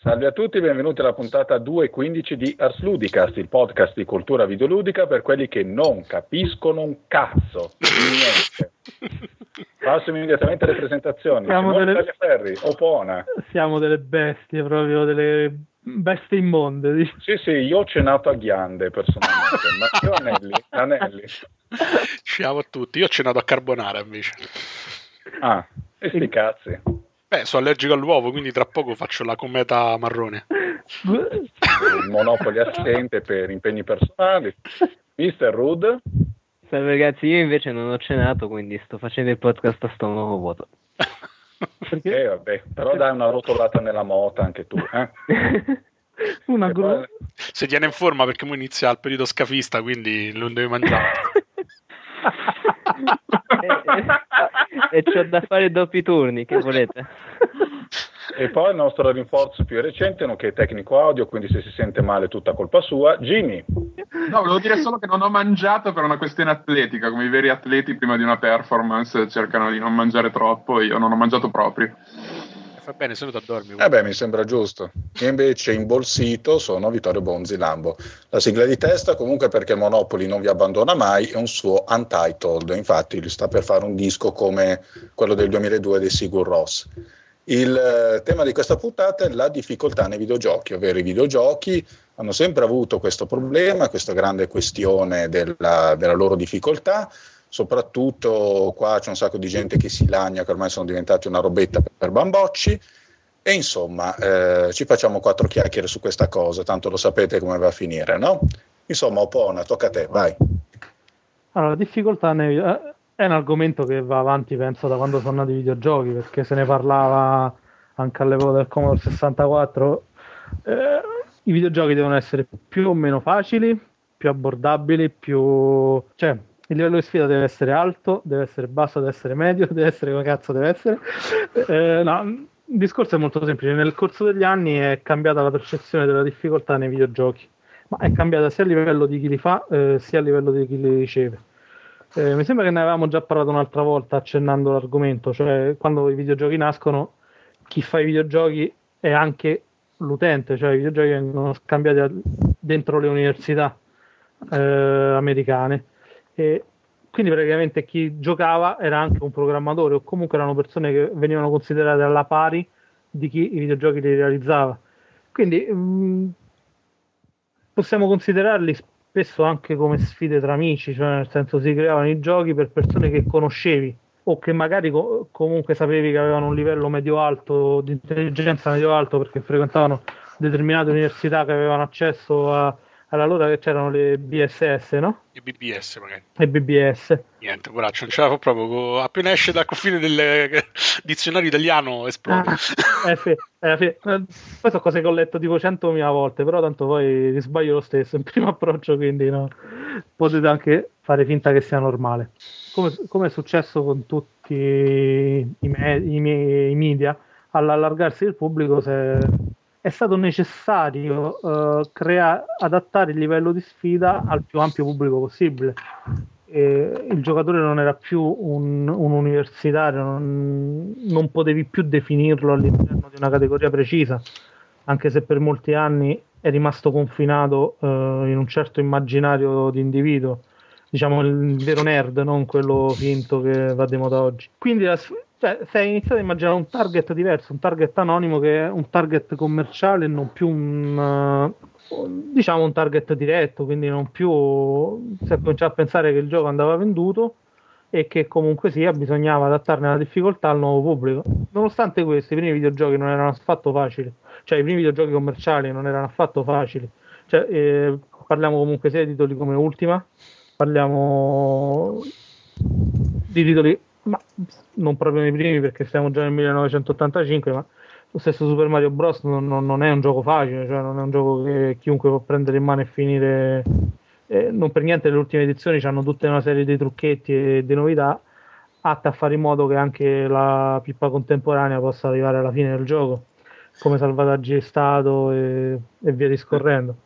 Salve a tutti, benvenuti alla puntata 2.15 di Ars Ludicast, il podcast di cultura videoludica per quelli che non capiscono un cazzo di niente. Passo immediatamente alle presentazioni. Simone Tagliaferri, Opona. Siamo delle bestie, proprio delle bestie immonde. Sì, io ho cenato a ghiande personalmente, ma io anelli. Ciao a tutti, io ho cenato a carbonara invece. Ah, e sti cazzi. Sono allergico all'uovo, quindi tra poco faccio la cometa marrone. Il Monopoli assente per impegni personali. Mr. Rude. Salve ragazzi, io invece non ho cenato, quindi sto facendo il podcast a stomaco vuoto. Vabbè, però dai una rotolata nella mota anche tu, Poi... Si tiene in forma perché poi inizia il periodo scafista, quindi non devi mangiare. E c'ho da fare doppi turni, che volete? E poi il nostro rinforzo più recente, nonché tecnico audio, quindi se si sente male tutta colpa sua, Jimmy. No, volevo dire solo che non ho mangiato per una questione atletica, come i veri atleti prima di una performance cercano di non mangiare troppo, io non ho mangiato proprio. Fa bene, se no ti addormi. Beh, mi sembra giusto. Io invece imbolsito sono Vittorio Bonzi Lambo. La sigla di testa, comunque, perché Monopoli non vi abbandona mai, è un suo Untitled, infatti lui sta per fare un disco come quello del 2002 di Sigur Rós. Il tema di questa puntata è la difficoltà nei videogiochi, ovvero i videogiochi hanno sempre avuto questo problema, questa grande questione della loro difficoltà. Soprattutto qua c'è un sacco di gente che si lagna, che ormai sono diventati una robetta per bambocci, e insomma ci facciamo 4 chiacchiere su questa cosa, tanto lo sapete come va a finire, no? Insomma, Opona, tocca a te, vai. Allora, la difficoltà è un argomento che va avanti, penso, da quando sono nati i videogiochi, perché se ne parlava anche all'epoca del Commodore 64. I videogiochi devono essere più o meno facili, più abbordabili, cioè il livello di sfida deve essere alto, deve essere basso, deve essere medio, deve essere come cazzo deve essere. No, il discorso è molto semplice. Nel corso degli anni è cambiata la percezione della difficoltà nei videogiochi, ma è cambiata sia a livello di chi li fa, sia a livello di chi li riceve. Mi sembra che ne avevamo già parlato un'altra volta accennando l'argomento, cioè quando i videogiochi nascono, chi fa i videogiochi è anche l'utente, cioè i videogiochi vengono scambiati dentro le università americane. E quindi praticamente chi giocava era anche un programmatore, o comunque erano persone che venivano considerate alla pari di chi i videogiochi li realizzava. Quindi possiamo considerarli spesso anche come sfide tra amici, cioè nel senso si creavano i giochi per persone che conoscevi o che magari comunque sapevi che avevano un livello medio-alto di intelligenza medio-alto perché frequentavano determinate università che avevano accesso allora che c'erano le BSS, no? E BBS magari. E BBS. Niente, poraccio, non ce la fa proprio. Appena esce dal confine del dizionario italiano esplode. Poi sono cose che ho letto tipo 100.000 volte, però tanto poi li sbaglio lo stesso in primo approccio, quindi no, potete anche fare finta che sia normale. Come è successo con tutti i media, all'allargarsi del pubblico è stato necessario adattare il livello di sfida al più ampio pubblico possibile. Il giocatore non era più un universitario, non potevi più definirlo all'interno di una categoria precisa, anche se per molti anni è rimasto confinato in un certo immaginario di individuo, diciamo il vero nerd, non quello finto che va di moda oggi. Quindi sei iniziato a immaginare un target diverso, un target anonimo che è un target commerciale e non più un target diretto, quindi non più si è cominciato a pensare che il gioco andava venduto e che comunque sia bisognava adattarne la difficoltà al nuovo pubblico. Nonostante questo, i primi videogiochi non erano affatto facili, cioè i primi videogiochi commerciali non erano affatto facili, parliamo comunque sia di titoli come Ultima, parliamo di titoli ma non proprio nei primi perché siamo già nel 1985, ma lo stesso Super Mario Bros. Non è un gioco facile, cioè non è un gioco che chiunque può prendere in mano e finire. Non per niente le ultime edizioni hanno tutta una serie di trucchetti e di novità atte a fare in modo che anche la pippa contemporanea possa arrivare alla fine del gioco, come salvataggi di stato e via discorrendo.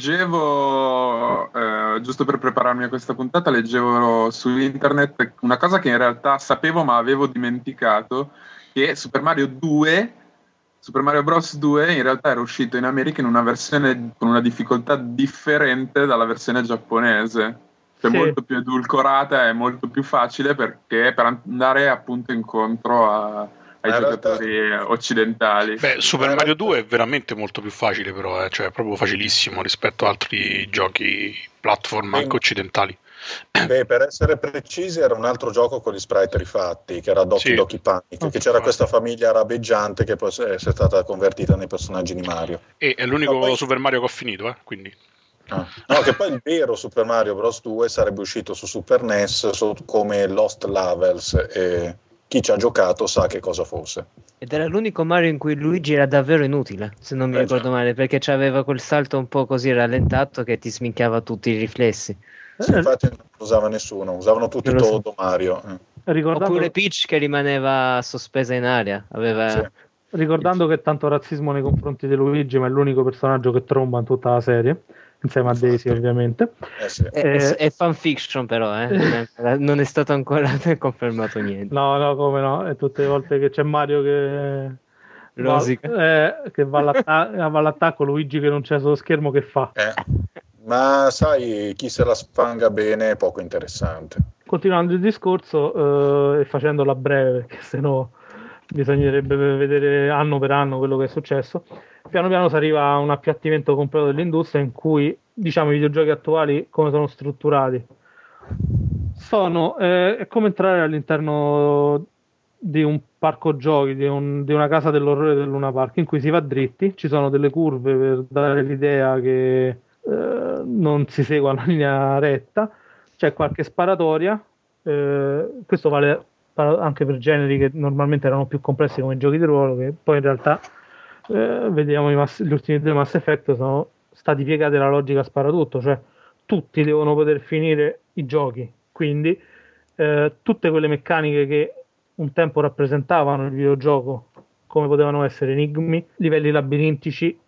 Leggevo, giusto per prepararmi a questa puntata, leggevo su internet una cosa che in realtà sapevo ma avevo dimenticato, che Super Mario 2 Super Mario Bros. 2 in realtà era uscito in America in una versione con una difficoltà differente dalla versione giapponese, cioè Sì. molto più edulcorata e molto più facile, perché per andare appunto incontro ai giocatori occidentali. Beh, Super Mario 2 è veramente molto più facile, però, cioè è proprio facilissimo rispetto a altri giochi platform anche occidentali. Beh, per essere precisi, era un altro gioco con gli sprite rifatti, che era Doki Sì. Doki Panic, che c'era questa famiglia arabeggiante che poi è stata convertita nei personaggi di Mario. E è l'unico No, poi- Super Mario che ho finito, quindi. No, che poi il vero Super Mario Bros. 2 sarebbe uscito su Super NES come Lost Levels, e chi ci ha giocato sa che cosa fosse. Ed era l'unico Mario in cui Luigi era davvero inutile, se non mi ricordo male, perché c'aveva quel salto un po' così rallentato che ti sminchiava tutti i riflessi. Sì, infatti non lo usava nessuno, usavano tutti Non lo so. Todo Mario. Ricordando, Oppure Peach che rimaneva sospesa in aria. Aveva... Sì. ricordando che tanto razzismo nei confronti di Luigi, ma è l'unico personaggio che tromba in tutta la serie, insieme a Daisy ovviamente. Sì. È fanfiction però, non è stato ancora confermato niente. No, come no? E tutte le volte che c'è Mario che Rosica. va all'attacco, Luigi che non c'è sullo schermo, che fa? Ma sai, chi se la spanga bene è poco interessante. Continuando il discorso e facendola breve, perché sennò bisognerebbe vedere anno per anno quello che è successo. Piano piano si arriva a un appiattimento completo dell'industria, in cui, diciamo, i videogiochi attuali come sono strutturati è come entrare all'interno di un parco giochi, di una casa dell'orrore del Luna Park, in cui si va dritti, ci sono delle curve per dare l'idea che non si segua una linea retta, c'è qualche sparatoria, questo vale anche per generi che normalmente erano più complessi come i giochi di ruolo, che poi in realtà vediamo gli ultimi due Mass Effect sono stati piegati alla logica sparatutto, cioè tutti devono poter finire i giochi, quindi tutte quelle meccaniche che un tempo rappresentavano il videogioco, come potevano essere enigmi, livelli labirintici,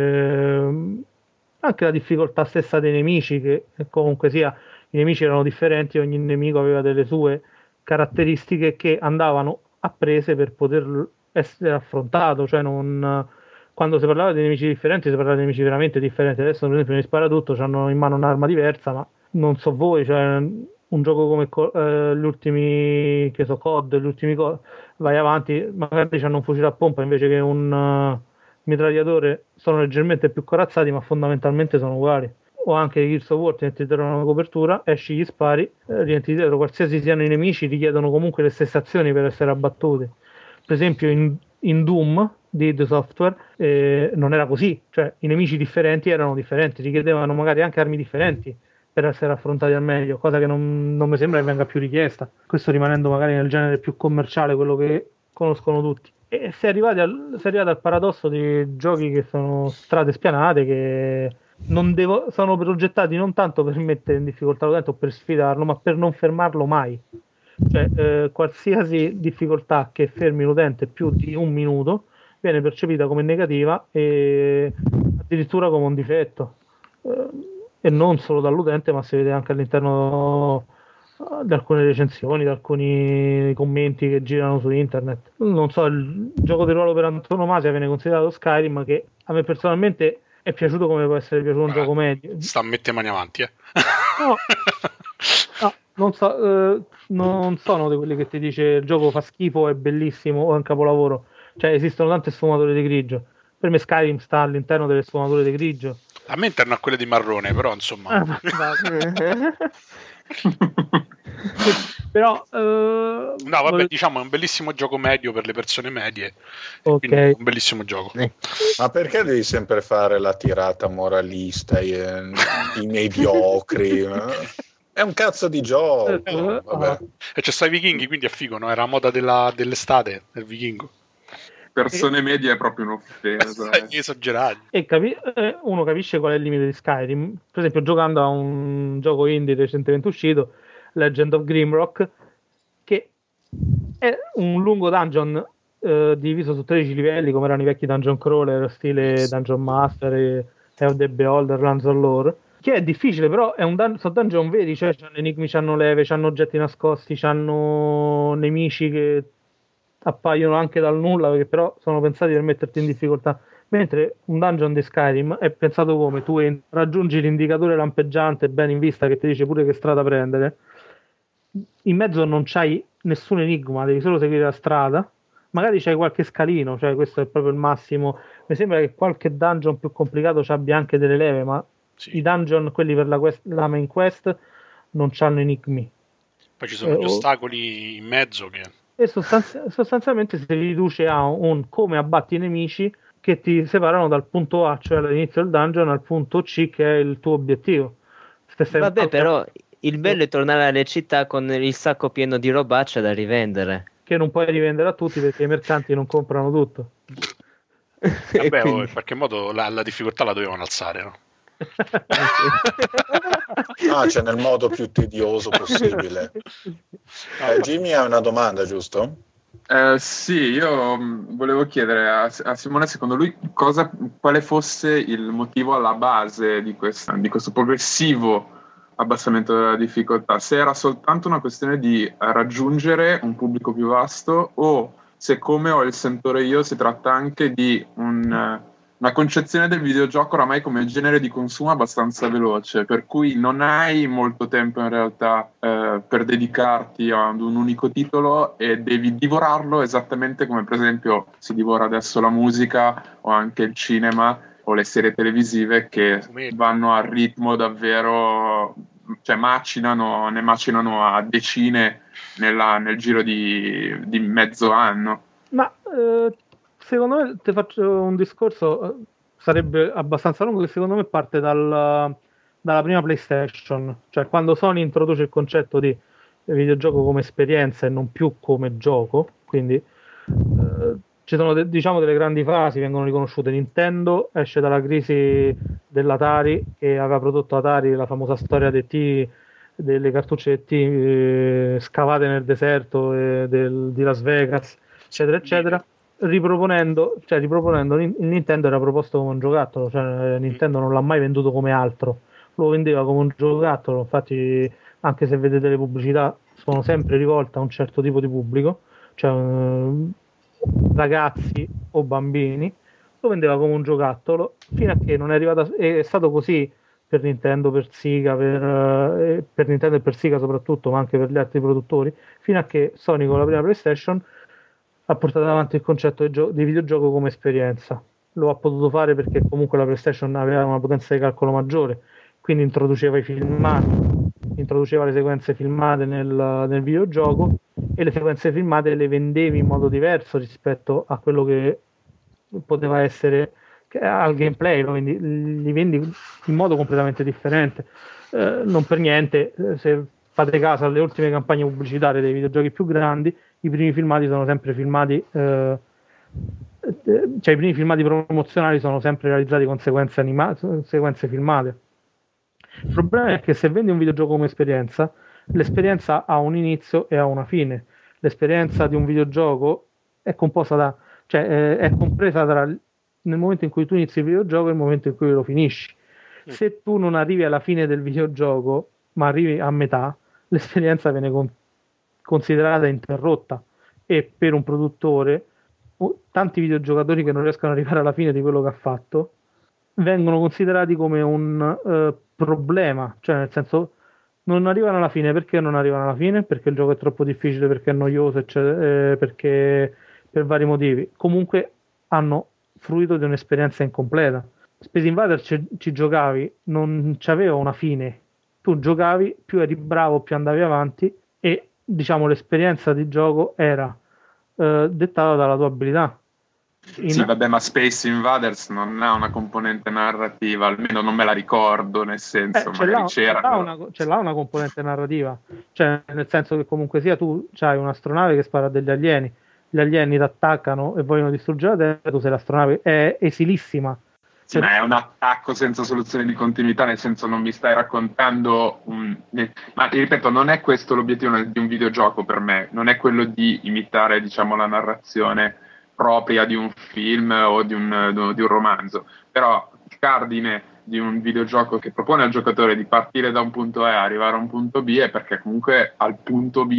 anche la difficoltà stessa dei nemici, che comunque sia i nemici erano differenti, ogni nemico aveva delle sue caratteristiche che andavano apprese per poter essere affrontato, cioè quando si parlava di nemici differenti si parlava di nemici veramente differenti. Adesso per esempio mi Sparatutto hanno in mano un'arma diversa, ma non so voi, cioè un gioco come gli ultimi che so COD, gli ultimi vai avanti, magari hanno un fucile a pompa invece che un mitragliatore, sono leggermente più corazzati ma fondamentalmente sono uguali. O anche Gears of War, ti metti dietro una copertura, esci, gli spari, rientri dietro, qualsiasi siano i nemici richiedono comunque le stesse azioni per essere abbattuti. Per esempio in Doom di The Software non era così, cioè i nemici differenti erano differenti, richiedevano magari anche armi differenti per essere affrontati al meglio, cosa che non mi sembra che venga più richiesta, questo rimanendo magari nel genere più commerciale, quello che conoscono tutti. E si è arrivati al paradosso di giochi che sono strade spianate, che sono progettati non tanto per mettere in difficoltà l'utente o per sfidarlo, ma per non fermarlo mai. Cioè qualsiasi difficoltà che fermi l'utente più di un minuto viene percepita come negativa e addirittura come un difetto, e non solo dall'utente, ma si vede anche all'interno di alcune recensioni, di alcuni commenti che girano su internet. Non so, il gioco di ruolo per antonomasia viene considerato Skyrim, che a me personalmente è piaciuto come può essere piaciuto un gioco medio. Sta a mettere mani avanti, No, non sono di quelli che ti dice il gioco fa schifo, è bellissimo o è un capolavoro. Cioè esistono tante sfumature di grigio. Per me Skyrim sta all'interno delle sfumature di grigio. A me interno a quelle di marrone, però insomma. Però no, vabbè, diciamo è un bellissimo gioco medio per le persone medie. Ok. Un bellissimo gioco. Ma perché devi sempre fare la tirata moralista, i mediocri? È un cazzo di gioco. Vabbè. E c'è sta i vichinghi, quindi è figo, no? Era la moda dell'estate del vichingo. Persone medie è proprio un'offesa. Esagerati. E uno capisce qual è il limite di Skyrim. Per esempio, giocando a un gioco indie recentemente uscito, Legend of Grimrock, che è un lungo dungeon diviso su 13 livelli, come erano i vecchi dungeon crawler, stile Dungeon Master e of the Beholder, Lands of Lore, che è difficile, però è sono dungeon veri, cioè c'hanno enigmi, c'hanno leve, c'hanno oggetti nascosti, c'hanno nemici che appaiono anche dal nulla, perché però sono pensati per metterti in difficoltà. Mentre un dungeon di Skyrim è pensato come tu raggiungi l'indicatore lampeggiante ben in vista che ti dice pure che strada prendere, in mezzo non c'hai nessun enigma, devi solo seguire la strada, magari c'hai qualche scalino, cioè questo è proprio il massimo. Mi sembra che qualche dungeon più complicato ci abbia anche delle leve, ma i dungeon, quelli per la main quest, non c'hanno enigmi. Poi ci sono gli ostacoli in mezzo che... E sostanzialmente si riduce a un come abbatti i nemici che ti separano dal punto A, cioè all'inizio del dungeon, al punto C, che è il tuo obiettivo. Vabbè, però il bello è tornare alle città con il sacco pieno di robaccia da rivendere. Che non puoi rivendere a tutti perché i mercanti non comprano tutto. Vabbè, quindi... in qualche modo la difficoltà la dovevano alzare, no? C'è nel modo più tedioso possibile. Jimmy ha una domanda, giusto? Sì, io volevo chiedere a Simone, secondo lui, quale fosse il motivo alla base di questo progressivo abbassamento della difficoltà, se era soltanto una questione di raggiungere un pubblico più vasto o se, come ho il sentore io, si tratta anche di una concezione del videogioco oramai come genere di consumo abbastanza veloce, per cui non hai molto tempo in realtà per dedicarti ad un unico titolo e devi divorarlo esattamente come per esempio si divora adesso la musica o anche il cinema o le serie televisive che vanno a ritmo davvero, cioè ne macinano a decine nel giro di mezzo anno. Ma secondo me, ti faccio un discorso, sarebbe abbastanza lungo, che secondo me parte dalla prima PlayStation, cioè quando Sony introduce il concetto di videogioco come esperienza e non più come gioco, quindi ci sono diciamo delle grandi fasi, vengono riconosciute. Nintendo esce dalla crisi dell'Atari, che aveva prodotto Atari, la famosa storia delle cartucce ET scavate nel deserto di Las Vegas, eccetera eccetera, riproponendo il Nintendo era proposto come un giocattolo, cioè Nintendo non l'ha mai venduto come altro, lo vendeva come un giocattolo. Infatti anche se vedete le pubblicità sono sempre rivolte a un certo tipo di pubblico, cioè ragazzi o bambini, lo vendeva come un giocattolo fino a che non è arrivata, è stato così per Nintendo, per Sega, per Nintendo e per Sega soprattutto, ma anche per gli altri produttori, fino a che Sony con la prima PlayStation ha portato avanti il concetto di videogioco come esperienza. Lo ha potuto fare perché comunque la PlayStation aveva una potenza di calcolo maggiore, quindi introduceva i filmati, introduceva le sequenze filmate nel videogioco, e le sequenze filmate le vendevi in modo diverso rispetto a quello che poteva essere al gameplay, quindi li vendi in modo completamente differente. Non per niente, se fate caso alle ultime campagne pubblicitarie dei videogiochi più grandi, i primi filmati sono sempre filmati, cioè i primi filmati promozionali sono sempre realizzati con sequenze filmate. Il problema è che se vendi un videogioco come esperienza, l'esperienza ha un inizio e ha una fine. L'esperienza di un videogioco è composta è compresa nel momento in cui tu inizi il videogioco e il momento in cui lo finisci. Se tu non arrivi alla fine del videogioco, ma arrivi a metà, l'esperienza viene considerata interrotta, e per un produttore tanti videogiocatori che non riescono ad arrivare alla fine di quello che ha fatto vengono considerati come un problema, cioè nel senso non arrivano alla fine. Perché non arrivano alla fine? Perché il gioco è troppo difficile, perché è noioso, perché per vari motivi. Comunque hanno fruito di un'esperienza incompleta. Space Invader ci giocavi, non c'aveva una fine. Tu giocavi, più eri bravo, più andavi avanti, e diciamo l'esperienza di gioco era dettata dalla tua abilità. Sì, vabbè, ma Space Invaders non ha una componente narrativa, almeno non me la ricordo, nel senso, c'è là una componente narrativa, cioè nel senso che comunque sia tu c'hai un'astronave che spara a degli alieni, gli alieni ti attaccano e vogliono distruggere la Terra, tu sei l'astronave, è esilissima. Sì, ma è un attacco senza soluzione di continuità, nel senso non mi stai raccontando ma ripeto, non è questo l'obiettivo di un videogioco per me, non è quello di imitare, diciamo, la narrazione propria di un film o di un romanzo, però il cardine di un videogioco che propone al giocatore di partire da un punto A e arrivare a un punto B è perché comunque al punto B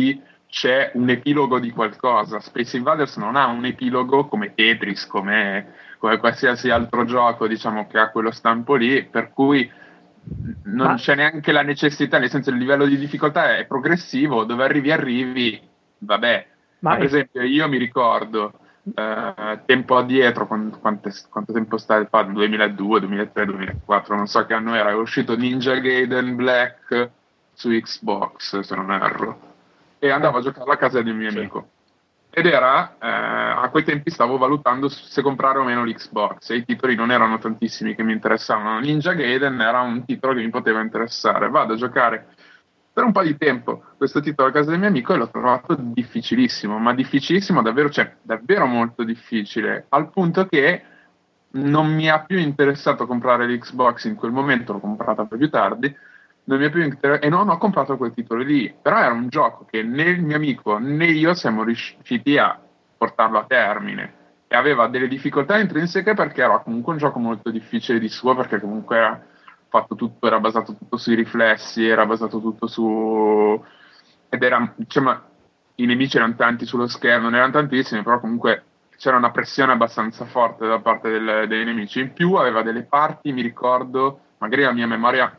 c'è un epilogo di qualcosa. Space Invaders non ha un epilogo come Tetris, come qualsiasi altro gioco, diciamo, che ha quello stampo lì, per cui non c'è neanche la necessità, nel senso il livello di difficoltà è progressivo, dove arrivi, vabbè. Ma per esempio io mi ricordo tempo addietro, quanto tempo sta il pad? 2002, 2003, 2004, non so che anno era, è uscito Ninja Gaiden Black su Xbox, se non erro, e andavo a giocare a casa di un mio amico. Ed era, a quei tempi stavo valutando se comprare o meno l'Xbox, e i titoli non erano tantissimi che mi interessavano. Ninja Gaiden era un titolo che mi poteva interessare. Vado a giocare per un po' di tempo questo titolo a casa del mio amico e l'ho trovato difficilissimo, ma difficilissimo davvero, cioè davvero molto difficile, al punto che non mi ha più interessato comprare l'Xbox in quel momento, l'ho comprata poi più tardi, e non ho comprato quel titolo lì, però era un gioco che né il mio amico né io siamo riusciti a portarlo a termine, e aveva delle difficoltà intrinseche perché era comunque un gioco molto difficile di suo, perché comunque era fatto tutto, era basato tutto sui riflessi, era basato tutto ed era, diciamo, i nemici erano tanti sullo schermo, non erano tantissimi, però comunque c'era una pressione abbastanza forte da parte dei nemici. In più aveva delle parti, mi ricordo, magari la mia memoria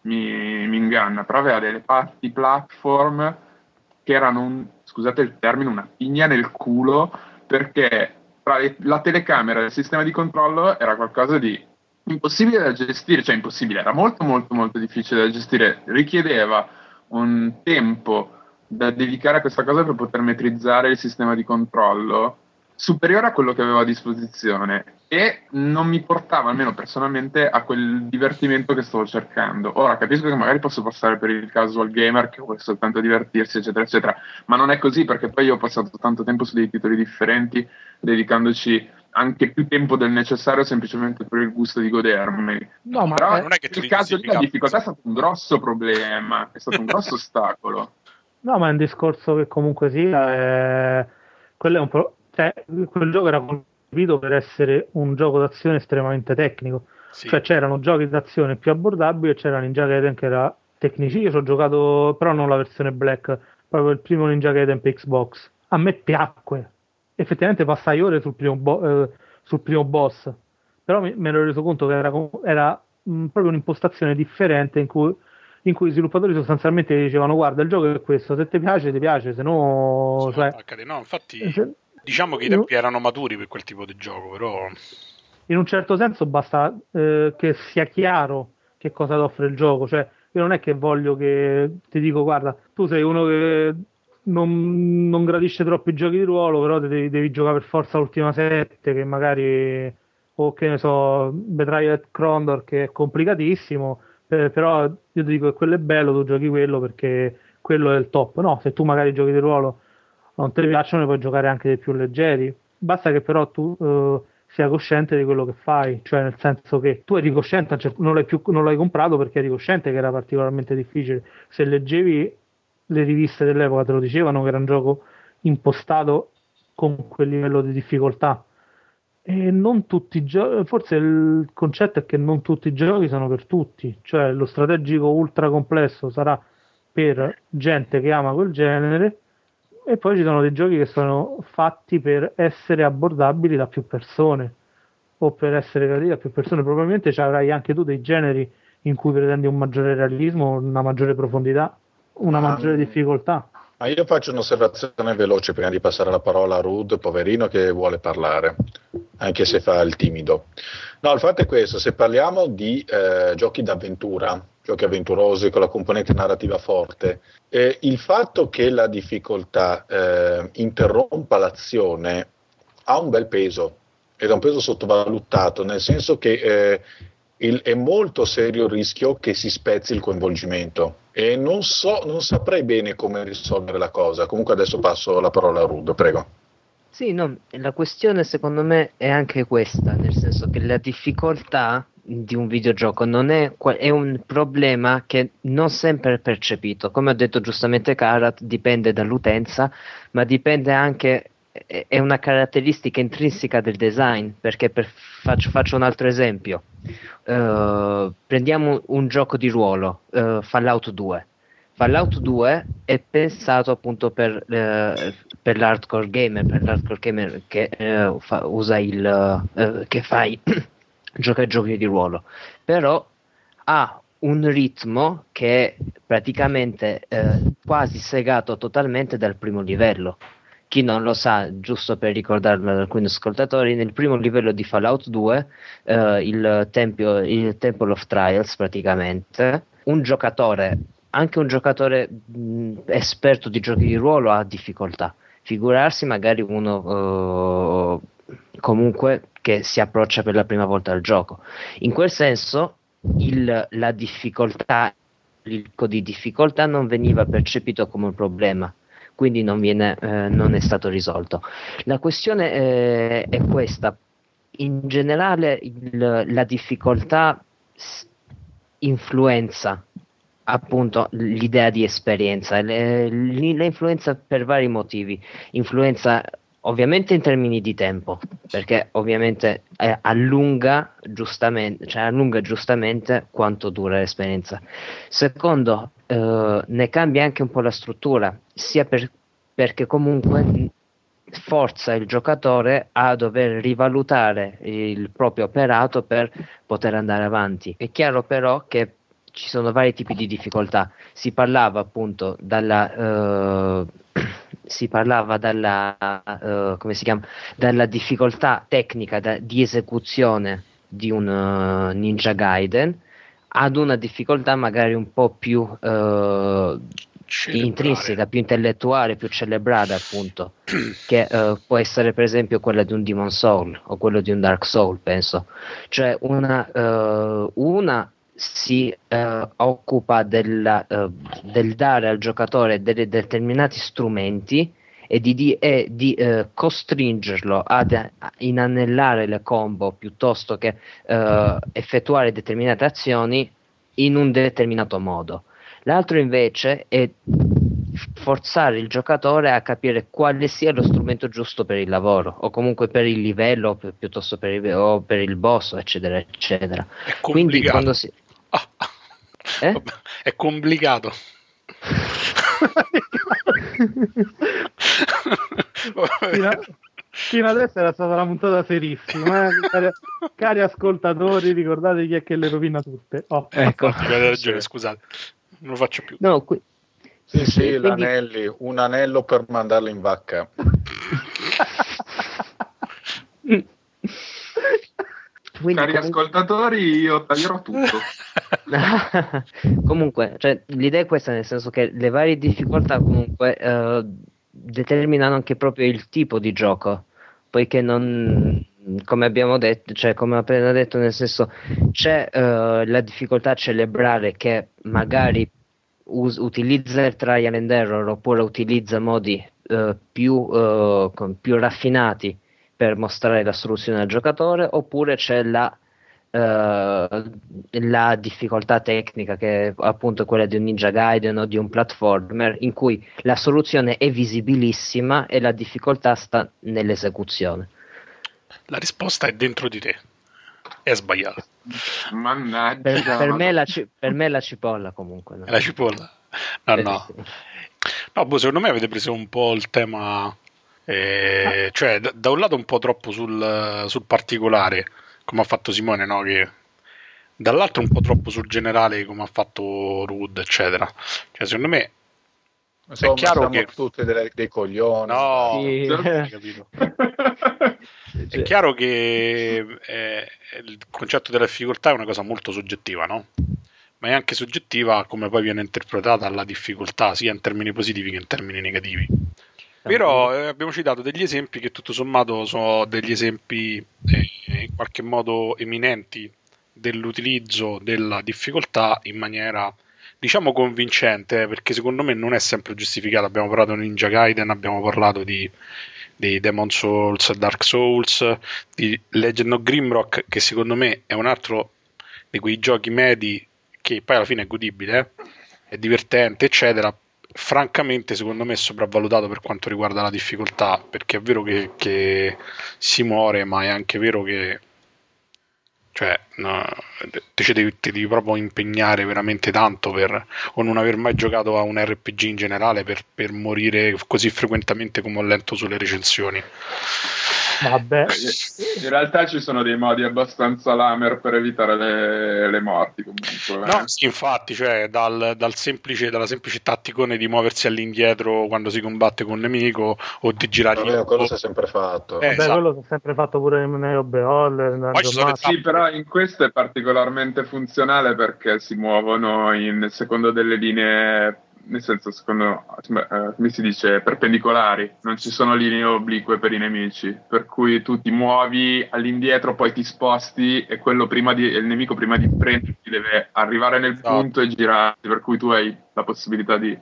mi inganna, però aveva delle parti platform che erano, scusate il termine, una pigna nel culo, perché tra la telecamera e il sistema di controllo era qualcosa di impossibile da gestire, cioè impossibile, era molto molto molto difficile da gestire, richiedeva un tempo da dedicare a questa cosa per poter metrizzare il sistema di controllo superiore a quello che avevo a disposizione, e non mi portava, almeno personalmente, a quel divertimento che stavo cercando. Ora capisco che magari posso passare per il casual gamer che vuole soltanto divertirsi, eccetera eccetera, ma non è così, perché poi io ho passato tanto tempo su dei titoli differenti, dedicandoci anche più tempo del necessario semplicemente per il gusto di godermi. No, ma però non è che nel caso lì la difficoltà è stato un grosso problema, è stato un grosso ostacolo. No, ma è un discorso che comunque sia, quello è un cioè, quel gioco era concepito per essere un gioco d'azione estremamente tecnico. Sì. Cioè c'erano giochi d'azione più abbordabili e c'era Ninja Gaiden che era tecnici. Io ci ho giocato, però non la versione Black, proprio il primo Ninja Gaiden per Xbox. A me piacque. Effettivamente passai ore sul primo boss, però me ne ero reso conto che era proprio un'impostazione differente in cui i sviluppatori sostanzialmente dicevano: guarda, il gioco è questo, se ti piace, se no... Cioè, no, infatti diciamo che i tempi erano maturi per quel tipo di gioco, però in un certo senso basta che sia chiaro che cosa ti offre il gioco. Cioè, io non è che voglio che ti dico: guarda, tu sei uno che non gradisce troppo i giochi di ruolo, però devi giocare per forza l'ultima 7, che magari, o che ne so, Betrayed at Condor, che è complicatissimo, però io ti dico che quello è bello, tu giochi quello perché quello è il top. No, se tu magari giochi di ruolo non ti piacciono, ne puoi giocare anche dei più leggeri, basta che però tu sia cosciente di quello che fai, cioè nel senso che tu eri cosciente, non l'hai comprato perché eri cosciente che era particolarmente difficile. Se leggevi le riviste dell'epoca te lo dicevano che era un gioco impostato con quel livello di difficoltà, e non tutti i giochi, forse il concetto è che non tutti i giochi sono per tutti, cioè lo strategico ultra complesso sarà per gente che ama quel genere, e poi ci sono dei giochi che sono fatti per essere abbordabili da più persone o per essere graditi da più persone. Probabilmente ci avrai anche tu dei generi in cui pretendi un maggiore realismo, una maggiore profondità, una maggiore difficoltà. Ma io faccio un'osservazione veloce prima di passare la parola a Rud, poverino, che vuole parlare, anche se fa il timido. No, il fatto è questo: se parliamo di giochi d'avventura, giochi avventurosi con la componente narrativa forte, il fatto che la difficoltà interrompa l'azione ha un bel peso, ed è un peso sottovalutato, nel senso che è molto serio il rischio che si spezzi il coinvolgimento, e non saprei bene come risolvere la cosa. Comunque adesso passo la parola a Rud, prego. Sì, no, la questione secondo me è anche questa, nel senso che la difficoltà di un videogioco non è un problema che non sempre è percepito. Come ha detto giustamente Karat, dipende dall'utenza, ma dipende anche, è una caratteristica intrinseca del design, perché faccio un altro esempio. Prendiamo un gioco di ruolo, Fallout 2. Fallout 2 è pensato appunto per l'hardcore gamer che usa che fai gioca ai giochi di ruolo, però ha un ritmo che è praticamente quasi segato totalmente dal primo livello. Chi non lo sa, giusto per ricordarlo ad alcuni ascoltatori, nel primo livello di Fallout 2, il Temple of Trials praticamente, anche un giocatore esperto di giochi di ruolo ha difficoltà. Figurarsi magari uno comunque che si approccia per la prima volta al gioco. In quel senso la difficoltà, il picco di difficoltà non veniva percepito come un problema, quindi non è stato risolto. La questione è questa: in generale la difficoltà influenza appunto l'idea di esperienza, la influenza per vari motivi, influenza ovviamente in termini di tempo, perché ovviamente allunga giustamente quanto dura l'esperienza. Secondo, ne cambia anche un po' la struttura, sia perché comunque forza il giocatore a dover rivalutare il proprio operato per poter andare avanti. È chiaro però che ci sono vari tipi di difficoltà. Si parlava appunto dalla come si chiama? Dalla difficoltà tecnica di esecuzione di un Ninja Gaiden ad una difficoltà magari un po' più intrinseca, più intellettuale, più cerebrale appunto, che può essere per esempio quella di un Demon Soul o quello di un Dark Soul, penso. Cioè una si occupa del dare al giocatore dei determinati strumenti e di costringerlo ad inanellare le combo piuttosto che effettuare determinate azioni in un determinato modo. L'altro invece è forzare il giocatore a capire quale sia lo strumento giusto per il lavoro, o comunque per il livello, piuttosto per il boss, eccetera, eccetera. Quindi quando si... È complicato. Fino adesso era stata una puntata serissima, cari ascoltatori, ricordate chi è che le rovina tutte. Ecco. Avete ragione, scusate, non lo faccio più. No, sì, l'anelli, un anello per mandarlo in vacca. Cari ascoltatori, io taglierò tutto. Comunque, cioè, l'idea è questa, nel senso che le varie difficoltà comunque determinano anche proprio il tipo di gioco, poiché non, come abbiamo detto, cioè come ho appena detto, nel senso c'è la difficoltà cerebrale che magari utilizza il trial and error oppure utilizza modi più raffinati per mostrare la soluzione al giocatore, oppure c'è la difficoltà tecnica, che appunto è quella di un Ninja Gaiden o di un platformer, in cui la soluzione è visibilissima e la difficoltà sta nell'esecuzione. La risposta è dentro di te. È sbagliata. Mannaggia. Per me la cipolla comunque. No? È la cipolla? No. No, secondo me avete preso un po' il tema... cioè da un lato un po' troppo sul particolare, come ha fatto Simone, no? Che dall'altro un po' troppo sul generale, come ha fatto Rud, eccetera. Cioè, secondo me insomma, è chiaro siamo che tutti dei coglioni. no, Sì. hai capito. È chiaro che il concetto della difficoltà è una cosa molto soggettiva, no? Ma è anche soggettiva come poi viene interpretata la difficoltà, sia in termini positivi che in termini negativi. Però abbiamo citato degli esempi che tutto sommato sono degli esempi in qualche modo eminenti dell'utilizzo della difficoltà in maniera, diciamo, convincente, perché secondo me non è sempre giustificato. Abbiamo parlato di Ninja Gaiden, abbiamo parlato di Demon Souls, Dark Souls, di Legend of Grimrock, che secondo me è un altro di quei giochi medi che poi alla fine è godibile, è divertente, eccetera. Francamente secondo me è sopravvalutato per quanto riguarda la difficoltà, perché è vero che si muore, ma è anche vero che Cioè, no, te devi proprio impegnare veramente tanto o non aver mai giocato a un RPG in generale per morire così frequentemente come ho letto sulle recensioni. Vabbè, in realtà ci sono dei modi abbastanza lamer per evitare le morti comunque. No, sì, infatti, cioè dalla semplice tatticone di muoversi all'indietro quando si combatte con un nemico o di girargli. Vabbè, quello si è sempre fatto. Vabbè, esatto. quello si è sempre fatto pure in Neo Beholder. Sì, però in questo è particolarmente funzionale perché si muovono secondo delle linee, nel senso, come si dice, perpendicolari, non ci sono linee oblique per i nemici, per cui tu ti muovi all'indietro, poi ti sposti e il nemico prima di prenderti deve arrivare nel punto e girarti, per cui tu hai la possibilità di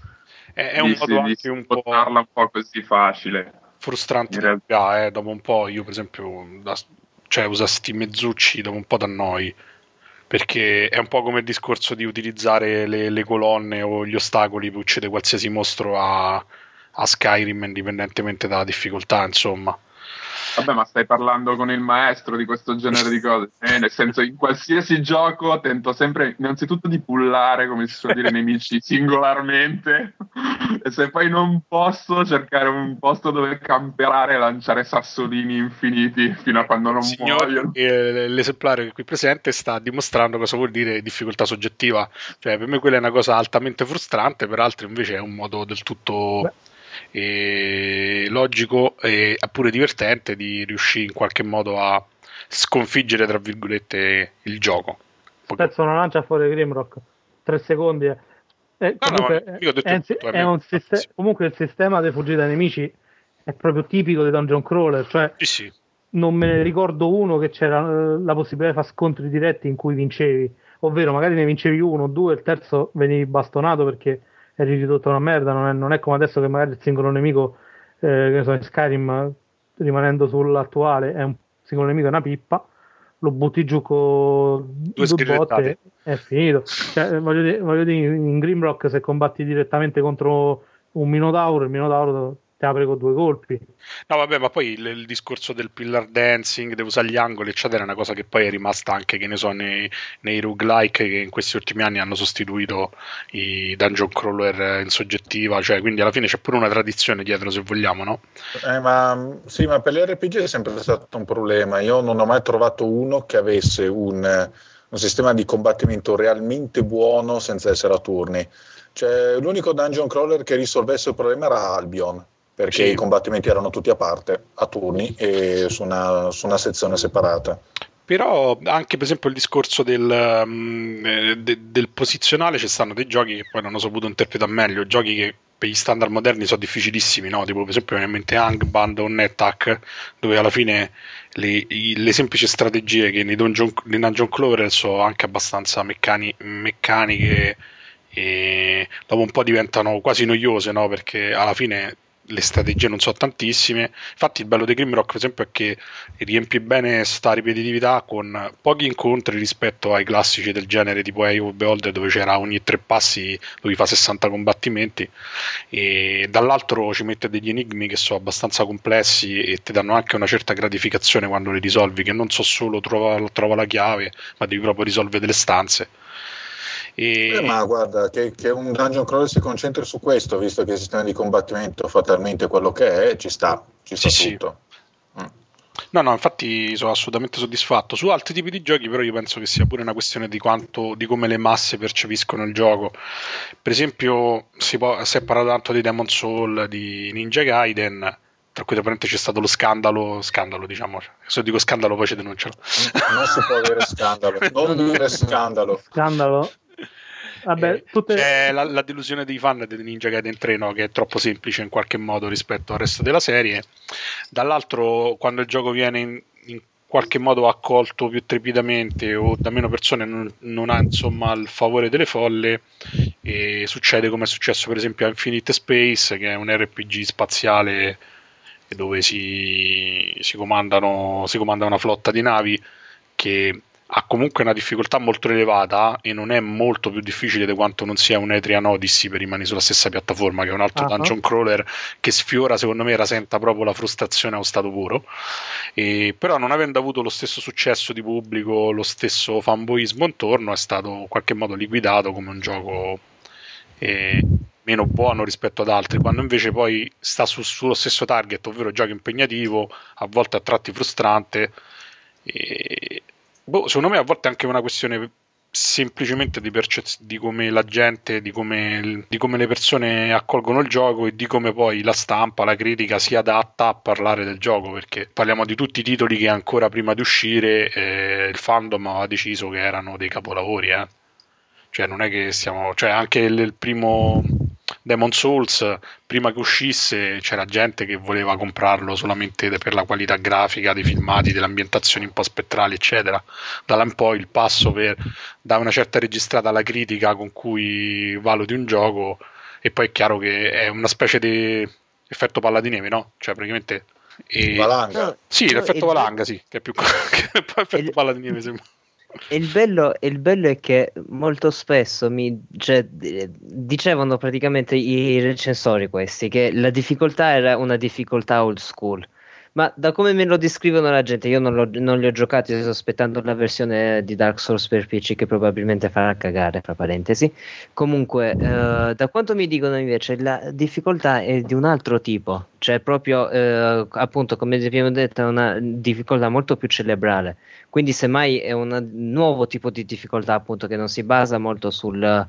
spostarla un po' così facile. Frustrante dopo un po'. Io per esempio usa sti mezzucci dopo un po' d'annoi, perché è un po' come il discorso di utilizzare le colonne o gli ostacoli per uccidere qualsiasi mostro a Skyrim, indipendentemente dalla difficoltà, insomma. Vabbè, ma stai parlando con il maestro di questo genere di cose. Nel senso, in qualsiasi gioco tento sempre innanzitutto di pullare, come si suol dire, i nemici singolarmente, e se poi non posso, cercare un posto dove camperare e lanciare sassolini infiniti fino a quando non muoiono. L'esemplare qui presente sta dimostrando cosa vuol dire difficoltà soggettiva. Cioè, per me quella è una cosa altamente frustrante, per altri invece è un modo del tutto logico e pure divertente di riuscire in qualche modo a sconfiggere, tra virgolette, il gioco. Spezzo una lancia fuori Grimrock, 3 secondi. Comunque il sistema di fuggita dai nemici è proprio tipico dei dungeon crawler, cioè sì. Non me ne ricordo uno che c'era la possibilità di fare scontri diretti in cui vincevi, ovvero magari ne vincevi uno o due, il terzo venivi bastonato perché eri ridotto a una merda. Non è come adesso che magari il singolo nemico, che ne so, in Skyrim, rimanendo sull'attuale, è un singolo nemico, è una pippa, lo butti giù con due botte e è finito. Cioè, voglio dire, in Grimrock se combatti direttamente contro un Minotauro, il Minotauro ti apre con 2 colpi. No, vabbè, ma poi il discorso del pillar dancing, devo usare gli angoli, eccetera, è una cosa che poi è rimasta anche, che ne so, nei roguelike che in questi ultimi anni hanno sostituito i dungeon crawler in soggettiva, cioè, quindi alla fine c'è pure una tradizione dietro, se vogliamo, no? Ma per gli RPG è sempre stato un problema. Io non ho mai trovato uno che avesse un sistema di combattimento realmente buono senza essere a turni. Cioè, l'unico dungeon crawler che risolvesse il problema era Albion, perché i combattimenti erano tutti a parte, a turni e su una sezione separata. Però anche per esempio il discorso del posizionale, ci stanno dei giochi che poi non ho saputo interpretare meglio, giochi che per gli standard moderni sono difficilissimi, no? Tipo per esempio viene in mente Angband o NetHack, dove alla fine le semplici strategie che nei dungeon crawler sono anche abbastanza meccaniche e dopo un po' diventano quasi noiose, no? Perché alla fine le strategie non sono tantissime. Infatti il bello di Grimrock per esempio è che riempie bene sta ripetitività con pochi incontri rispetto ai classici del genere tipo Eye of Beholder, dove c'era ogni 3 passi dovevi fare 60 combattimenti, e dall'altro ci mette degli enigmi che sono abbastanza complessi e ti danno anche una certa gratificazione quando li risolvi, che non so solo trova la chiave, ma devi proprio risolvere delle stanze. Ma guarda, che un dungeon crawler si concentri su questo, visto che il sistema di combattimento fatalmente quello che è, ci sta tutto. No, infatti sono assolutamente soddisfatto. Su altri tipi di giochi però io penso che sia pure una questione di come le masse percepiscono il gioco. Per esempio si è parlato tanto di Demon Soul, di Ninja Gaiden, tra cui praticamente c'è stato lo scandalo, diciamo, se dico scandalo poi ci denunciano. Non si può dire scandalo, non dire scandalo. Vabbè, c'è la delusione dei fan di Ninja Gaiden 3, no? Che è troppo semplice in qualche modo rispetto al resto della serie. Dall'altro, quando il gioco viene in qualche modo accolto più trepidamente o da meno persone, non ha insomma il favore delle folle, e succede come è successo per esempio a Infinite Space, che è un RPG spaziale dove si comanda una flotta di navi che ha comunque una difficoltà molto elevata e non è molto più difficile di quanto non sia un Etrian Odyssey per rimanere sulla stessa piattaforma, che è un altro dungeon crawler che sfiora, secondo me, rasenta proprio la frustrazione a un stato puro. Però non avendo avuto lo stesso successo di pubblico, lo stesso fanboismo intorno, è stato in qualche modo liquidato come un gioco meno buono rispetto ad altri, quando invece poi sta sullo stesso target, ovvero gioco impegnativo, a volte a tratti frustrante. Secondo me a volte è anche una questione semplicemente di come la gente, di come le persone accolgono il gioco e di come poi la stampa, la critica si adatta a parlare del gioco, perché parliamo di tutti i titoli che ancora prima di uscire il fandom aveva deciso che erano dei capolavori, cioè non è che stiamo, cioè anche il primo Demon Souls, prima che uscisse c'era gente che voleva comprarlo solamente per la qualità grafica dei filmati, delle ambientazioni un po' spettrali eccetera. Da là in poi il passo da una certa registrata alla critica con cui valuti un gioco, e poi è chiaro che è una specie di effetto palla di neve, no? Cioè praticamente valanga. Sì, l'effetto valanga, sì, che è più che effetto palla di neve sembra. Il bello è che molto spesso dicevano praticamente i recensori questi che la difficoltà era una difficoltà old school, ma da come me lo descrivono la gente, io non li ho giocati, sto aspettando la versione di Dark Souls per PC che probabilmente farà cagare, fra parentesi. Comunque da quanto mi dicono invece la difficoltà è di un altro tipo, cioè proprio appunto come abbiamo detto è una difficoltà molto più cerebrale, quindi semmai è un nuovo tipo di difficoltà appunto che non si basa molto sulla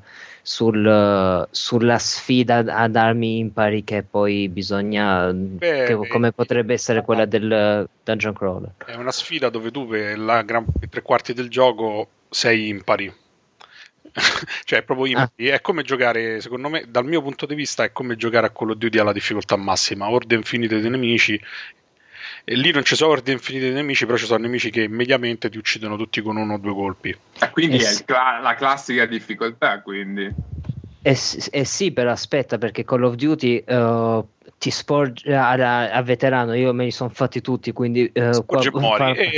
sfida ad armi impari che poi bisogna come potrebbe essere quella del dungeon crawler. È una sfida dove tu per tre quarti del gioco sei impari. Cioè proprio impari. È come giocare, secondo me, dal mio punto di vista è come giocare a Call of Duty alla difficoltà massima, orde infinite di nemici, e lì non ci sono orde infinite di nemici, però ci sono nemici che mediamente ti uccidono tutti con 1 o 2 colpi. Quindi è la classica difficoltà, quindi sì, però aspetta, perché Call of Duty ti sporge a veterano, io me li sono fatti tutti, quindi sporge e muori.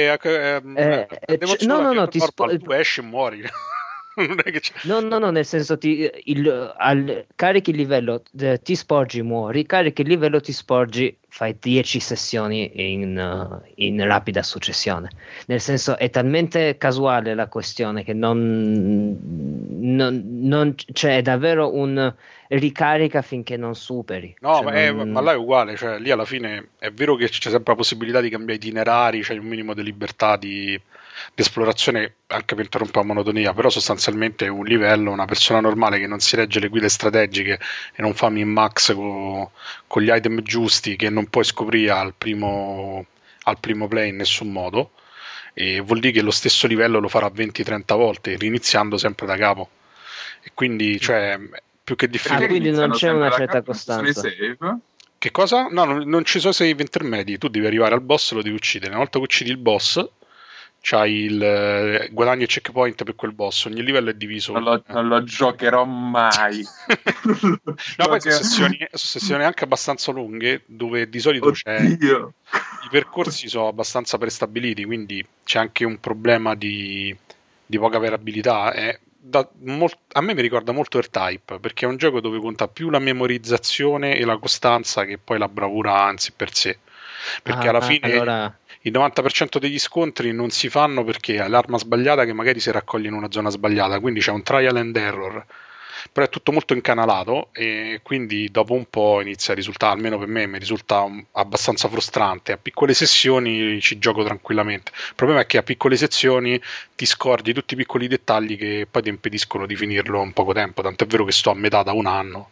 No, tu esci e muori. No, nel senso carichi il livello, ti sporgi, muori, carichi il livello, ti sporgi, fai 10 sessioni in rapida successione. Nel senso è talmente casuale la questione che non c'è davvero un ricarica finché non superi. No, ma là è uguale, cioè lì alla fine è vero che c'è sempre la possibilità di cambiare itinerari, c'è un minimo di libertà di esplorazione anche per interrompere la monotonia, però sostanzialmente è un livello, una persona normale che non si legge le guide strategiche e non fa min-max con gli item giusti, che non puoi scoprire al primo play in nessun modo, e vuol dire che lo stesso livello lo farà 20-30 volte, riniziando sempre da capo, e quindi cioè più che difficile. Quindi non c'è una certa costanza. Che cosa? No, non ci sono save intermedi, tu devi arrivare al boss e lo devi uccidere. Una volta che uccidi il boss c'hai il guadagni e checkpoint per quel boss, ogni livello è diviso. Non lo giocherò mai. No, poi sono sessioni anche abbastanza lunghe, dove di solito i percorsi sono abbastanza prestabiliti, quindi c'è anche un problema di poca variabilità. A me mi ricorda molto R-Type, perché è un gioco dove conta più la memorizzazione e la costanza che poi la bravura in sé per sé, perché alla fine il 90% degli scontri non si fanno perché hai l'arma sbagliata che magari si raccoglie in una zona sbagliata, quindi c'è un trial and error, però è tutto molto incanalato e quindi dopo un po' inizia a risultare, almeno per me mi risulta abbastanza frustrante. A piccole sessioni ci gioco tranquillamente, il problema è che a piccole sezioni ti scordi tutti i piccoli dettagli che poi ti impediscono di finirlo in poco tempo, tant'è vero che sto a metà da un anno.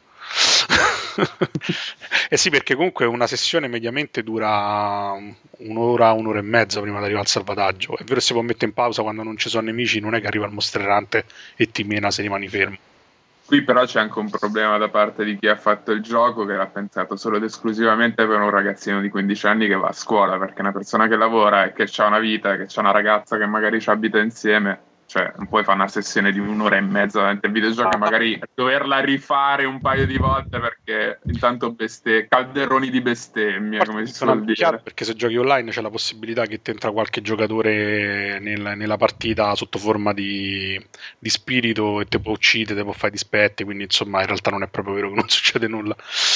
Sì, perché comunque una sessione mediamente dura un'ora e mezza prima di arrivare al salvataggio. È vero che si può mettere in pausa quando non ci sono nemici, non è che arriva il mostrerante e ti mena se rimani fermo. Qui però c'è anche un problema da parte di chi ha fatto il gioco, che l'ha pensato solo ed esclusivamente per un ragazzino di 15 anni che va a scuola, perché una persona che lavora e che ha una vita, che ha una ragazza che magari ci abita insieme, cioè non puoi fare una sessione di 1 ora e mezza davanti al videogioco e magari doverla rifare un paio di volte perché intanto calderoni di bestemmia, come si suol dire. Chiaro, perché se giochi online c'è la possibilità che ti entra qualche giocatore nella partita sotto forma di spirito e te può uccidere, te può fare dispetti, quindi insomma in realtà non è proprio vero che non succede nulla.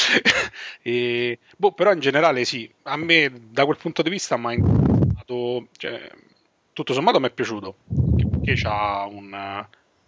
Però in generale sì, a me da quel punto di vista mi ha incantato, cioè, tutto sommato mi è piaciuto perché c'ha un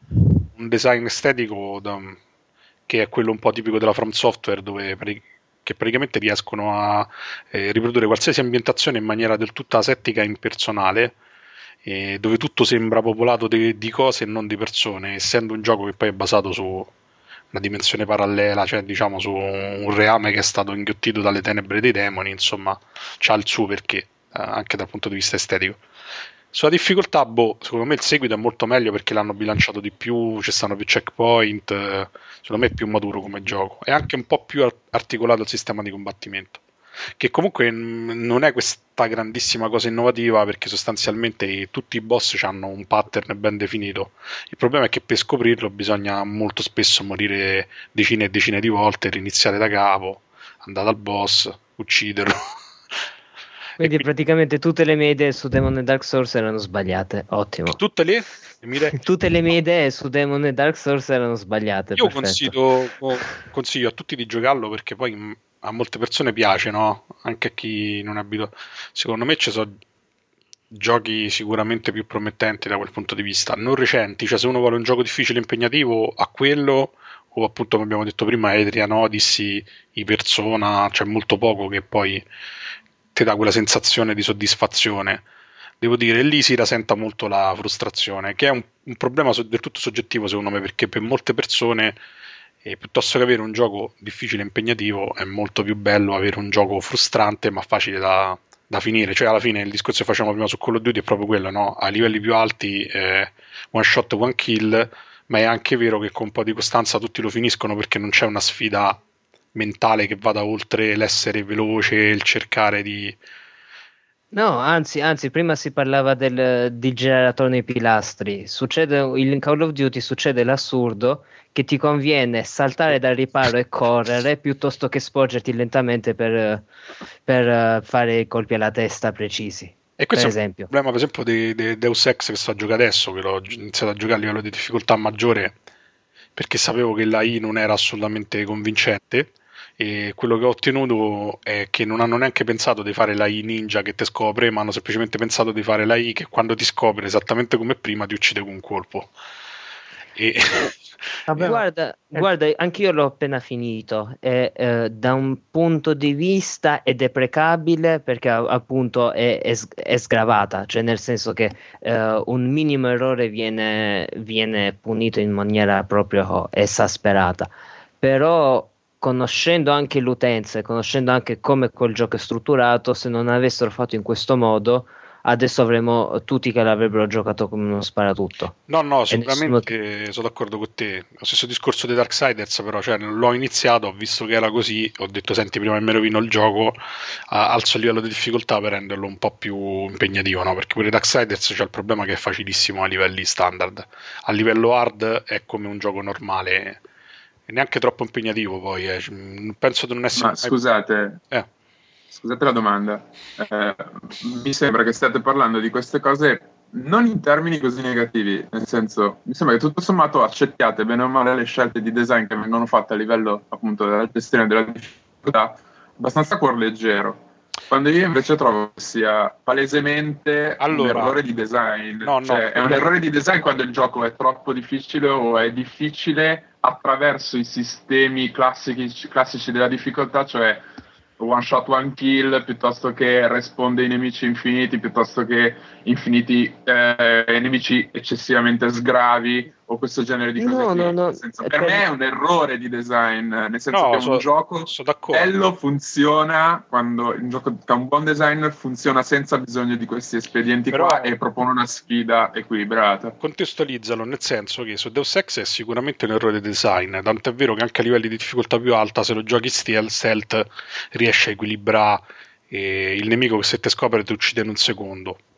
design estetico che è quello un po' tipico della From Software, che praticamente riescono a riprodurre qualsiasi ambientazione in maniera del tutto asettica e impersonale, dove tutto sembra popolato di cose e non di persone, essendo un gioco che poi è basato su una dimensione parallela, cioè diciamo su un reame che è stato inghiottito dalle tenebre dei demoni, insomma c'ha il suo perché, anche dal punto di vista estetico. Sulla difficoltà, secondo me il seguito è molto meglio perché l'hanno bilanciato di più, ci stanno più checkpoint, secondo me è più maturo come gioco. È anche un po' più articolato il sistema di combattimento, che comunque non è questa grandissima cosa innovativa perché sostanzialmente tutti i boss hanno un pattern ben definito. Il problema è che per scoprirlo bisogna molto spesso morire decine e decine di volte, riniziare da capo, andare dal boss, ucciderlo. Quindi praticamente tutte le mie idee su Demon e Dark Souls erano sbagliate. Ottimo. Tutte le mie idee su Demon e Dark Souls erano sbagliate. Io consiglio a tutti di giocarlo perché poi a molte persone piace, no? Anche a chi non è abituato. Secondo me ci sono giochi sicuramente più promettenti da quel punto di vista, non recenti, cioè se uno vuole un gioco difficile e impegnativo a quello, o appunto come abbiamo detto prima Etrian Odyssey, Persona, c'è molto poco che poi ti dà quella sensazione di soddisfazione. Devo dire, lì si rasenta molto la frustrazione, che è un problema del tutto soggettivo secondo me, perché per molte persone piuttosto che avere un gioco difficile e impegnativo è molto più bello avere un gioco frustrante ma facile da finire. Cioè alla fine il discorso che facciamo prima su Call of Duty è proprio quello, no? A livelli più alti one shot one kill, ma è anche vero che con un po' di costanza tutti lo finiscono perché non c'è una sfida mentale che vada oltre l'essere veloce, il cercare di... No, anzi, prima si parlava di girare attorno ai pilastri. In Call of Duty succede l'assurdo che ti conviene saltare dal riparo e correre piuttosto che sporgerti lentamente per fare i colpi alla testa precisi. E questo è un problema per esempio di Deus Ex che sto a giocare adesso, che l'ho iniziato a giocare a livello di difficoltà maggiore perché sapevo che la I non era assolutamente convincente, e quello che ho ottenuto è che non hanno neanche pensato di fare la I ninja che ti scopre, ma hanno semplicemente pensato di fare la I che quando ti scopre esattamente come prima ti uccide con un colpo. Guarda, anch'io l'ho appena finito e da un punto di vista è deprecabile perché appunto è sgravata, cioè nel senso che un minimo errore viene punito in maniera proprio esasperata, però conoscendo anche l'utenza e conoscendo anche come quel gioco è strutturato, se non avessero fatto in questo modo adesso avremo tutti che l'avrebbero giocato come uno sparatutto. No, sicuramente sono d'accordo con te. Lo stesso discorso dei Darksiders, però, cioè, l'ho iniziato, ho visto che era così, ho detto, senti, prima che mi rovino il gioco, alzo il livello di difficoltà per renderlo un po' più impegnativo, no? Perché pure Darksiders c'è il problema che è facilissimo a livelli standard. A livello hard è come un gioco normale, e neanche troppo impegnativo poi. Penso di non essere... Ma scusate... Scusate la domanda, mi sembra che stiate parlando di queste cose non in termini così negativi, nel senso, mi sembra che tutto sommato accettiate bene o male le scelte di design che vengono fatte a livello appunto della gestione della difficoltà abbastanza a cuor leggero, quando io invece trovo che sia palesemente un errore di design. È un errore di design quando il gioco è troppo difficile o è difficile attraverso i sistemi classici della difficoltà, cioè one shot one kill piuttosto che risponde ai nemici infiniti, piuttosto che infiniti nemici eccessivamente sgravi o questo genere di cose. Nel senso, per me è un errore di design, nel senso che un gioco bello funziona quando il gioco che ha un buon designer funziona senza bisogno di questi espedienti qua e propone una sfida equilibrata. Contestualizzalo, nel senso che su Deus Ex è sicuramente un errore di design, tanto è vero che anche a livelli di difficoltà più alta, se lo giochi stealth riesce a equilibrare il nemico che se te scopre ti uccide in un secondo,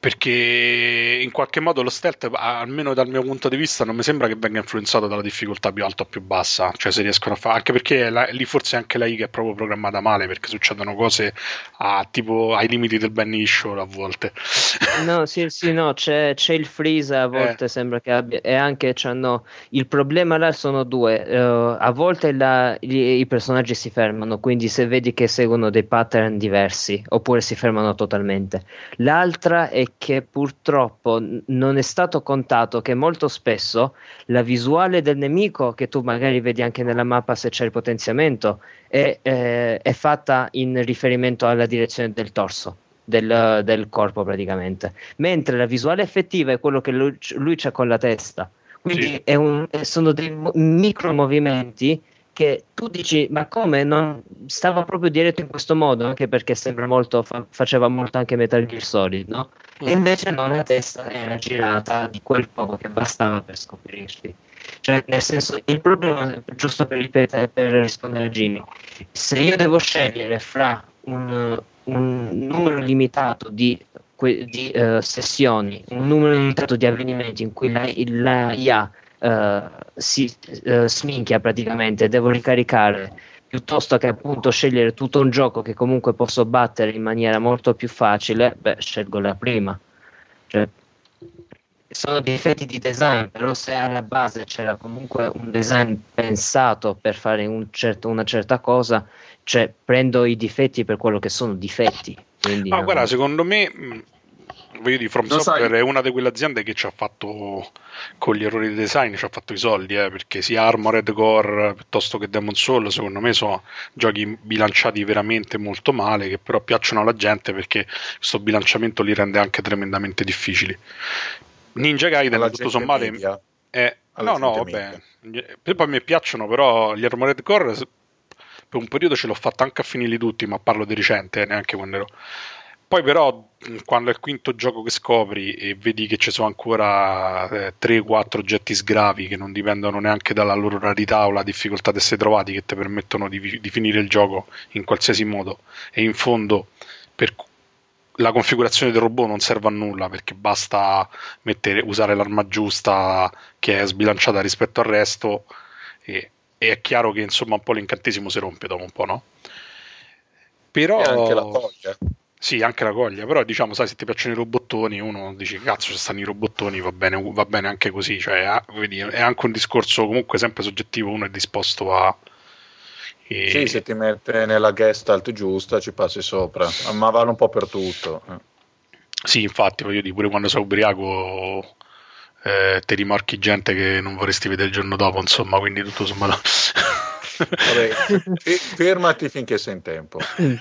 perché in qualche modo lo stealth, almeno dal mio punto di vista, non mi sembra che venga influenzato dalla difficoltà più alta o più bassa, cioè se riescono a fare, anche perché lì forse anche la I che è proprio programmata male, perché succedono cose tipo ai limiti del Banishore a volte. No, sì, no, c'è il freeze, a volte sembra che abbia, e anche il problema là sono due, a volte i personaggi si fermano, quindi se vedi che seguono dei pattern diversi, oppure si fermano totalmente. L'altra è che purtroppo non è stato contato che molto spesso la visuale del nemico, che tu magari vedi anche nella mappa se c'è il potenziamento, è fatta in riferimento alla direzione del torso. Del corpo praticamente, mentre la visuale effettiva è quello che lui c'ha con la testa, quindi sì. Sono dei micro movimenti che tu dici ma come, non stava proprio diretto in questo modo, anche perché sembra molto faceva molto anche Metal Gear Solid, no? E invece no, la testa era girata di quel poco che bastava per scoprirti. Cioè, nel senso, il problema, giusto per ripetere, per rispondere a Jimmy, se io devo scegliere fra un numero limitato di sessioni, un numero limitato di avvenimenti in cui la IA si sminchia praticamente, devo ricaricare, piuttosto che appunto scegliere tutto un gioco che comunque posso battere in maniera molto più facile, scelgo la prima. Cioè, sono difetti di design, però se alla base c'era comunque un design pensato per fare una certa cosa, cioè prendo i difetti per quello che sono difetti. Quindi, no, guarda, secondo me voglio dire, From Software è una di quelle aziende che ci ha fatto, con gli errori di design, ci ha fatto i soldi, perché sia Armored Core piuttosto che Demon's Souls, secondo me sono giochi bilanciati veramente molto male, che però piacciono alla gente perché questo bilanciamento li rende anche tremendamente difficili. Ninja Gaiden tutto sommato vabbè, poi mi piacciono, però gli Armored Core per un periodo ce l'ho fatta anche a finirli tutti, ma parlo di recente, neanche quando ero. Poi però quando è il quinto gioco che scopri e vedi che ci sono ancora 3-4 oggetti sgravi che non dipendono neanche dalla loro rarità o la difficoltà di essere trovati, che ti permettono di finire il gioco in qualsiasi modo, e in fondo per la configurazione del robot non serve a nulla, perché basta usare l'arma giusta che è sbilanciata rispetto al resto, e è chiaro che insomma un po' l'incantesimo si rompe dopo un po', no? Però e anche la coglia. Sì, anche la coglia, però diciamo, sai, se ti piacciono i robottoni, uno dice cazzo, ci stanno i robottoni, va bene anche così, cioè vedi, è anche un discorso comunque sempre soggettivo, uno è disposto a sì, se ti mette nella gestalt giusta ci passi sopra, ma vale un po' per tutto. Sì, infatti, voglio dire, pure quando sei ubriaco ti rimorchi gente che non vorresti vedere il giorno dopo, insomma, quindi tutto sommato. Vabbè, fermati finché sei in tempo.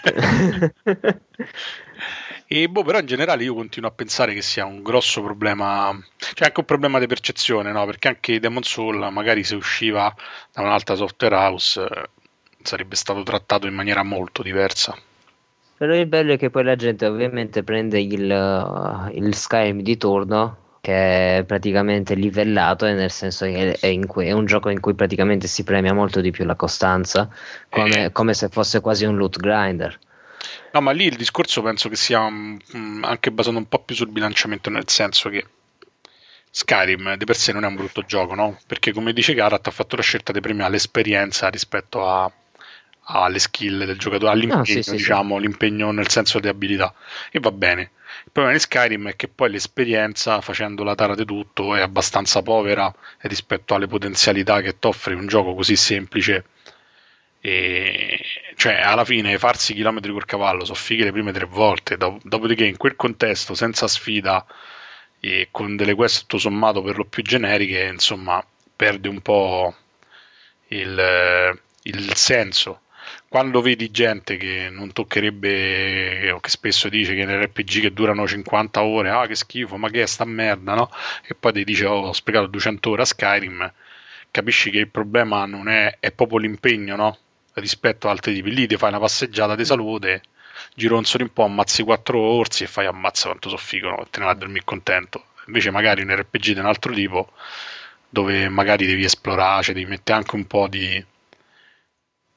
E però in generale io continuo a pensare che sia un grosso problema, cioè anche un problema di percezione, no? Perché anche Demon's Souls, magari se usciva da un'altra software house, sarebbe stato trattato in maniera molto diversa. Però il bello è che poi la gente ovviamente prende il Skyrim di turno, che è praticamente livellato, nel senso che è un gioco in cui praticamente si premia molto di più la costanza, come se fosse quasi un loot grinder. No, ma lì il discorso penso che sia anche basato un po' più sul bilanciamento, nel senso che Skyrim di per sé non è un brutto gioco, no? Perché come dice Garat ha fatto la scelta di premiare l'esperienza rispetto alle skill del giocatore, all'impegno, diciamo, l'impegno nel senso di abilità, e va bene. Il problema di Skyrim è che poi l'esperienza, facendo la tara di tutto, è abbastanza povera rispetto alle potenzialità che ti offre un gioco così semplice. E cioè alla fine farsi chilometri col cavallo sono fighe le prime 3 volte, dopodiché in quel contesto senza sfida e con delle quest tutto sommato per lo più generiche, insomma, perde un po' il senso. Quando vedi gente che non toccherebbe, o che spesso dice che nei RPG che durano 50 ore, che schifo, ma che è sta merda, no? E poi ti dice ho sprecato 200 ore a Skyrim, capisci che il problema non è proprio l'impegno, no? Rispetto ad altri tipi. Lì ti fai una passeggiata di salute, gironzoli un po', ammazzi 4 orsi e fai ammazza quanto so figo, no? Te ne vai a dormire contento. Invece magari un RPG di un altro tipo, dove magari devi esplorare, cioè devi mettere anche un po' di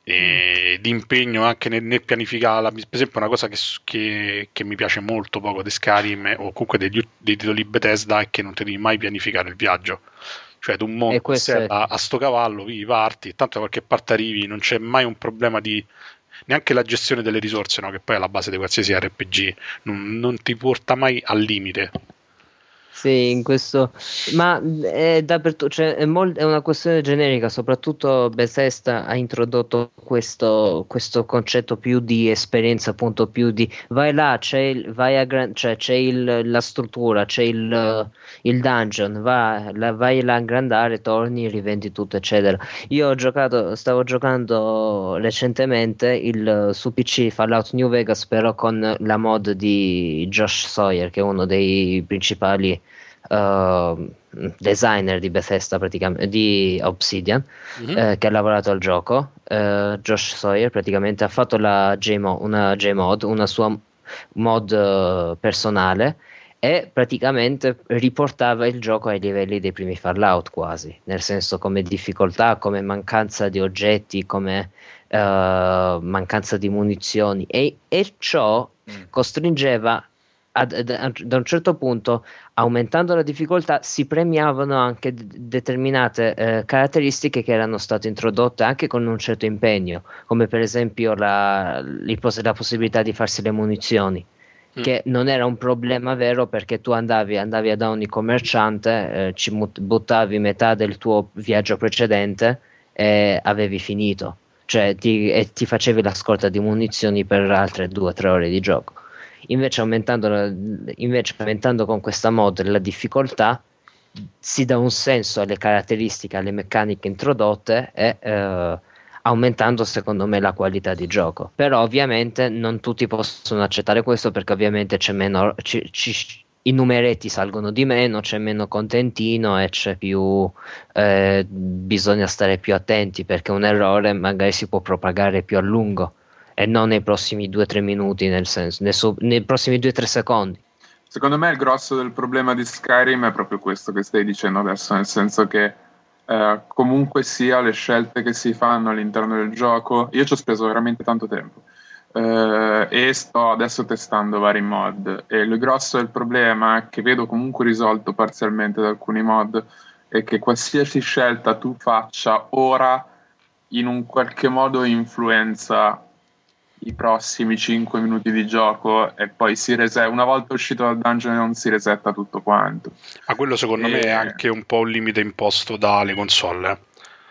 di impegno anche nel pianificare. Per esempio, una cosa che mi piace molto poco di Skyrim o comunque dei titoli Bethesda è che non ti devi mai pianificare il viaggio. Cioè tu monti a sto cavallo, parti, tanto da qualche parte arrivi, non c'è mai un problema di neanche la gestione delle risorse, no? Che poi è la base di qualsiasi RPG, non ti porta mai al limite. Sì, in questo, ma è dappertutto, cioè è una questione generica, soprattutto Bethesda ha introdotto questo concetto più di esperienza, appunto, più di vai là, c'è la struttura, c'è il dungeon, vai là a ingrandare, torni, rivendi tutto, eccetera. Io stavo giocando recentemente su PC Fallout New Vegas, però con la mod di Josh Sawyer, che è uno dei principali designer di Bethesda, praticamente di Obsidian, che ha lavorato al gioco. Josh Sawyer praticamente ha fatto una J-mod, una sua mod personale, e praticamente riportava il gioco ai livelli dei primi Fallout, quasi, nel senso come difficoltà, come mancanza di oggetti, come mancanza di munizioni, e ciò costringeva da un certo punto, aumentando la difficoltà, si premiavano anche determinate caratteristiche che erano state introdotte anche con un certo impegno, come per esempio la possibilità di farsi le munizioni, che non era un problema vero, perché tu andavi da ogni commerciante, ci buttavi metà del tuo viaggio precedente e avevi finito, cioè ti facevi la scorta di munizioni per altre 2 o 3 ore di gioco. Invece aumentando con questa mod la difficoltà, si dà un senso alle caratteristiche, alle meccaniche introdotte, e aumentando secondo me la qualità di gioco. Però ovviamente non tutti possono accettare questo, perché ovviamente c'è meno, i numeretti salgono di meno, c'è meno contentino e c'è più bisogna stare più attenti, perché un errore magari si può propagare più a lungo e non nei prossimi 2-3 minuti, nel senso nei prossimi 2-3 secondi. Secondo me il grosso del problema di Skyrim è proprio questo che stai dicendo adesso, nel senso che comunque sia le scelte che si fanno all'interno del gioco, io ci ho speso veramente tanto tempo e sto adesso testando vari mod, e il grosso del problema, che vedo comunque risolto parzialmente da alcuni mod, è che qualsiasi scelta tu faccia ora in un qualche modo influenza i prossimi 5 minuti di gioco, e poi si resetta una volta uscito dal dungeon, non si resetta tutto quanto. Ma quello secondo me è anche un po' un limite imposto dalle console,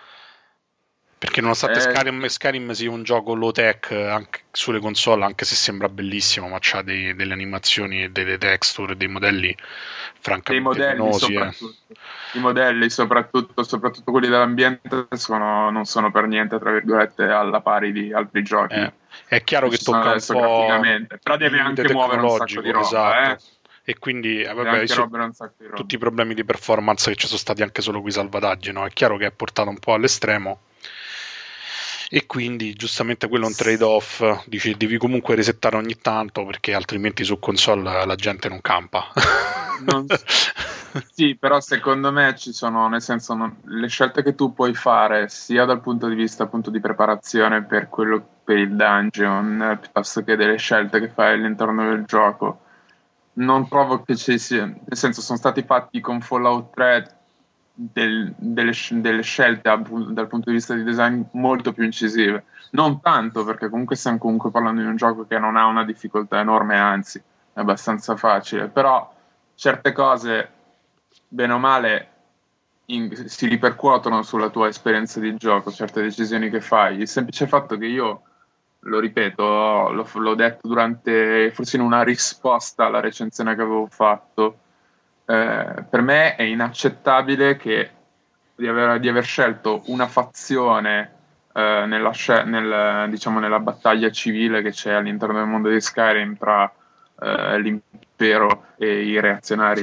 perché nonostante Skyrim sia un gioco low tech anche sulle console, anche se sembra bellissimo, ma c'ha delle animazioni e delle texture, dei modelli francamente penosi. I modelli, soprattutto quelli dell'ambiente, non sono per niente, tra virgolette, alla pari di altri giochi. È chiaro che tocca un po', però deve anche muovere un sacco di roba, esatto. E quindi tutti i problemi di performance che ci sono stati anche solo con i salvataggi, no? È chiaro che è portato un po' all'estremo, e quindi giustamente quello è un trade-off, dici devi comunque resettare ogni tanto, perché altrimenti su console la gente non campa. Sì, però secondo me ci sono, nel senso, le scelte che tu puoi fare sia dal punto di vista appunto di preparazione per il dungeon, piuttosto che delle scelte che fai all'interno del gioco, non trovo che ci sia, nel senso, sono stati fatti con Fallout 3 delle scelte dal punto di vista di design molto più incisive, non tanto perché comunque stiamo parlando di un gioco che non ha una difficoltà enorme, anzi è abbastanza facile, però certe cose bene o male si ripercuotono sulla tua esperienza di gioco, certe decisioni che fai. Il semplice fatto che io, lo ripeto, l'ho detto durante, forse in una risposta alla recensione che avevo fatto, per me è inaccettabile di aver scelto una fazione nella battaglia civile che c'è all'interno del mondo di Skyrim tra l'impero e i reazionari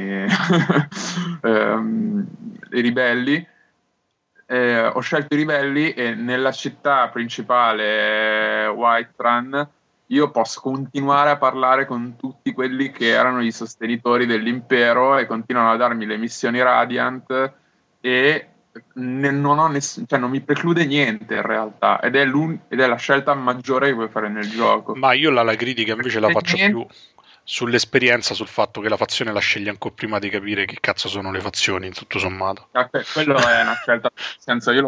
i ribelli. Ho scelto i ribelli, e nella città principale Whiterun io posso continuare a parlare con tutti quelli che erano i sostenitori dell'impero e continuano a darmi le missioni Radiant, e non mi preclude niente in realtà, ed è la scelta maggiore che puoi fare nel gioco. Ma io la critica invece la faccio più sull'esperienza, sul fatto che la fazione la scegli ancora prima di capire che cazzo sono le fazioni, tutto sommato. Quello è una scelta, nel senso, io l'ho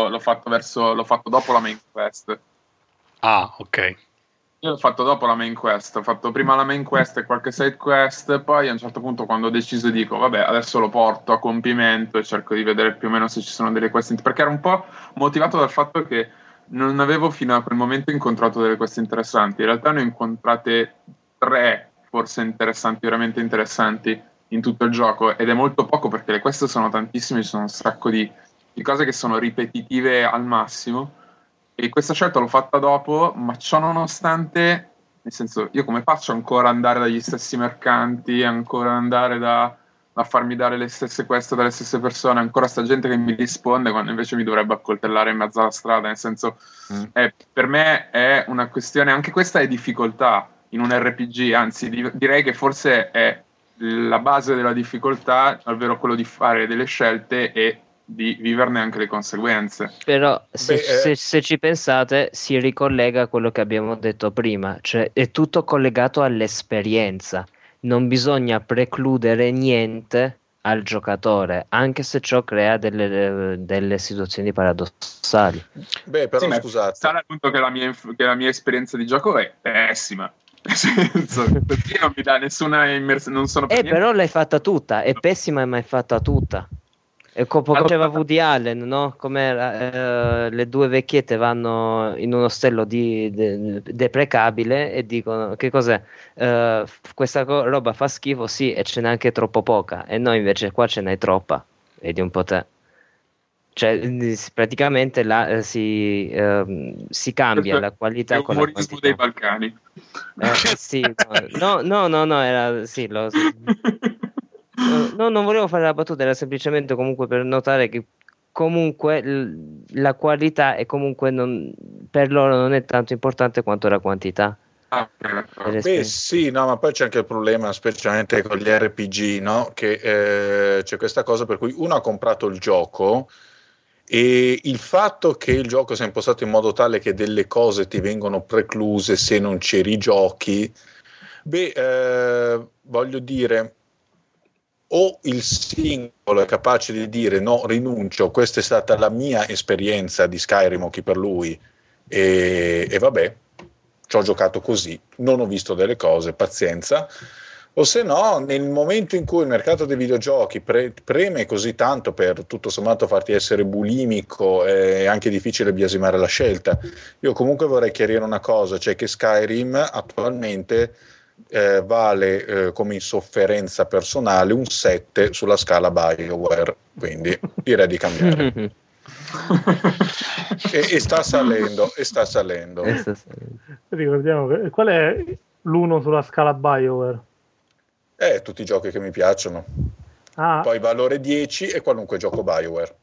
fatto dopo la main quest. Ah, ok. Io l'ho fatto dopo la main quest, ho fatto prima la main quest e qualche side quest, poi a un certo punto, quando ho deciso, dico vabbè, adesso lo porto a compimento e cerco di vedere più o meno se ci sono delle quest, perché era un po' motivato dal fatto che non avevo fino a quel momento incontrato delle quest interessanti. In realtà ne ho incontrate 3 forse interessanti, veramente interessanti in tutto il gioco, ed è molto poco perché le quest sono tantissime, ci sono un sacco di cose che sono ripetitive al massimo. E questa scelta l'ho fatta dopo, ma ciò nonostante, nel senso, io come faccio ancora ad andare dagli stessi mercanti, ancora ad andare a farmi dare le stesse quest dalle stesse persone, ancora sta gente che mi risponde quando invece mi dovrebbe accoltellare in mezzo alla strada, nel senso, per me è una questione, anche questa è difficoltà in un RPG, anzi direi che forse è la base della difficoltà, ovvero quello di fare delle scelte e di viverne anche le conseguenze. Però se ci pensate, si ricollega a quello che abbiamo detto prima, cioè è tutto collegato all'esperienza, non bisogna precludere niente al giocatore, anche se ciò crea delle situazioni paradossali. Però scusate, sta al punto che la mia esperienza di gioco è pessima. Nel senso, perché non mi dà nessuna immersione, non sono però l'hai fatta tutta, è pessima ma è fatta tutta. E come diceva Woody Allen, no? Come le 2 vecchiette vanno in un ostello deprecabile e dicono che cos'è? Questa roba fa schifo, sì, e ce n'è anche troppo poca, e noi invece qua ce n'è troppa, vedi un po' te. Cioè praticamente si cambia la qualità con la quantità. Dei Balcani. Sì, no, era sì, No, non volevo fare la battuta, era semplicemente comunque per notare che comunque la qualità è comunque per loro non è tanto importante quanto la quantità. Sì, no, ma poi c'è anche il problema, specialmente con gli RPG, no? Che c'è questa cosa per cui uno ha comprato il gioco e il fatto che il gioco sia impostato in modo tale che delle cose ti vengono precluse se non ci rigiochi, voglio dire, o il singolo è capace di dire no, rinuncio, questa è stata la mia esperienza di Skyrim o chi per lui, e vabbè, ci ho giocato così, non ho visto delle cose, pazienza. O se no, nel momento in cui il mercato dei videogiochi preme così tanto per tutto sommato farti essere bulimico, è anche difficile biasimare la scelta. Io comunque vorrei chiarire una cosa, cioè che Skyrim attualmente vale come insofferenza personale un 7 sulla scala BioWare, quindi direi di cambiare. e sta salendo. Ricordiamo qual è l'1 sulla scala BioWare? Tutti i giochi che mi piacciono. Poi valore 10 e qualunque gioco BioWare.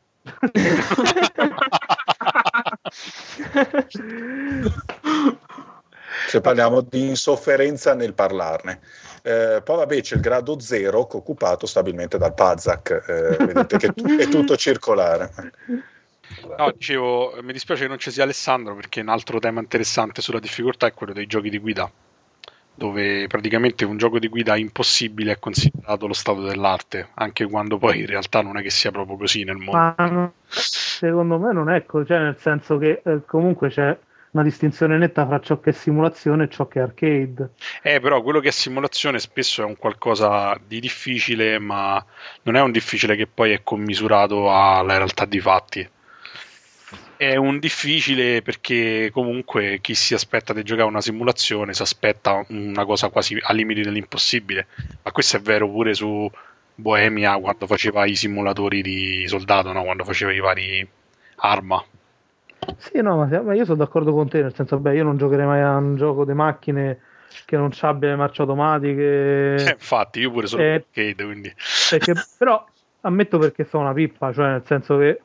Se parliamo di insofferenza nel parlarne. Poi vabbè, c'è il grado 0 occupato stabilmente dal Pazak, vedete che è tutto circolare. No, dicevo, mi dispiace che non ci sia Alessandro, perché un altro tema interessante sulla difficoltà è quello dei giochi di guida, dove praticamente un gioco di guida impossibile è considerato lo stato dell'arte, anche quando poi in realtà non è che sia proprio così nel mondo. Ma secondo me non è così, cioè nel senso che comunque c'è una distinzione netta fra ciò che è simulazione e ciò che è arcade. Però quello che è simulazione spesso è un qualcosa di difficile, ma non è un difficile che poi è commisurato alla realtà di fatti. È un difficile perché comunque chi si aspetta di giocare una simulazione si aspetta una cosa quasi ai limiti dell'impossibile, ma questo è vero pure su Bohemia quando faceva i simulatori di soldato, no? Quando faceva i vari Arma. Sì, no, ma io sono d'accordo con te, nel senso, io non giocherei mai a un gioco di macchine che non abbia le marce automatiche. Infatti, io pure sono arcade, quindi. Però ammetto perché sono una pippa, cioè nel senso che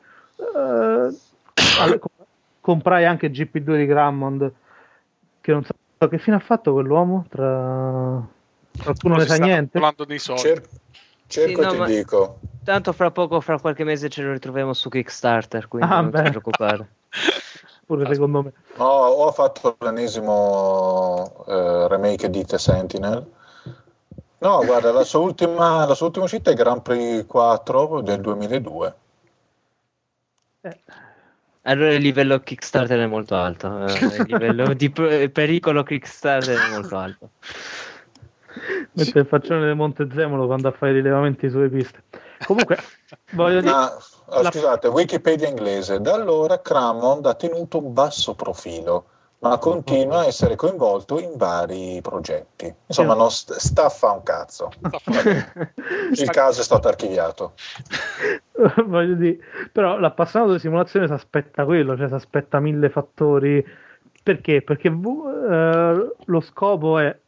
comprai anche GP2 di Grammond, che non so che fine ha fatto quell'uomo, qualcuno ne sa niente. Parlando dei soldi. Cerco e ti dico. Tanto fra qualche mese ce lo ritroviamo su Kickstarter, quindi non ti preoccupare. Pure secondo me. No, ho fatto l'ennesimo remake di The Sentinel. No, guarda, la sua ultima uscita è Grand Prix 4 del 2002. Allora il livello Kickstarter è molto alto, il livello di pericolo Kickstarter è molto alto. Mentre il faccione del Montezemolo quando a fare i rilevamenti sulle piste. Comunque, voglio dire... Scusate, Wikipedia inglese. Da allora Crammond ha tenuto un basso profilo, ma continua a essere coinvolto in vari progetti. Insomma, non staffa un cazzo. Il caso è stato archiviato. Voglio dire, però l'appassionato di simulazione si aspetta quello, cioè si aspetta 1000 fattori. Perché? Perché lo scopo è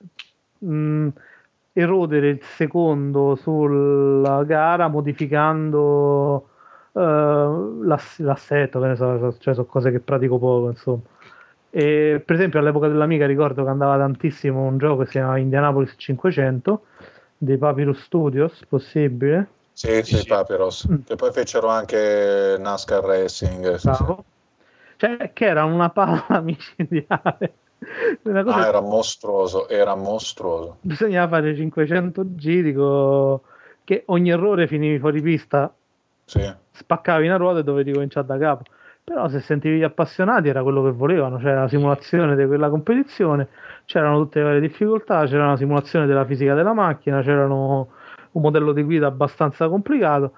erodere il secondo sulla gara modificando l'assetto, che ne so, cioè sono cose che pratico poco, insomma. E, per esempio, all'epoca dell'Amiga ricordo che andava tantissimo un gioco che si chiamava Indianapolis 500 dei Papyrus Studios, possibile? Sì, Papyrus, che poi fecero anche NASCAR Racing. Sì. Cioè, che era una palla micidiale. Era mostruoso. Bisognava fare 500 giri che ogni errore finivi fuori pista, spaccavi una ruota e dovevi ricominciare da capo. Però se sentivi gli appassionati era quello che volevano, cioè la simulazione di quella competizione, c'erano tutte le varie difficoltà, c'era una simulazione della fisica della macchina, c'erano un modello di guida abbastanza complicato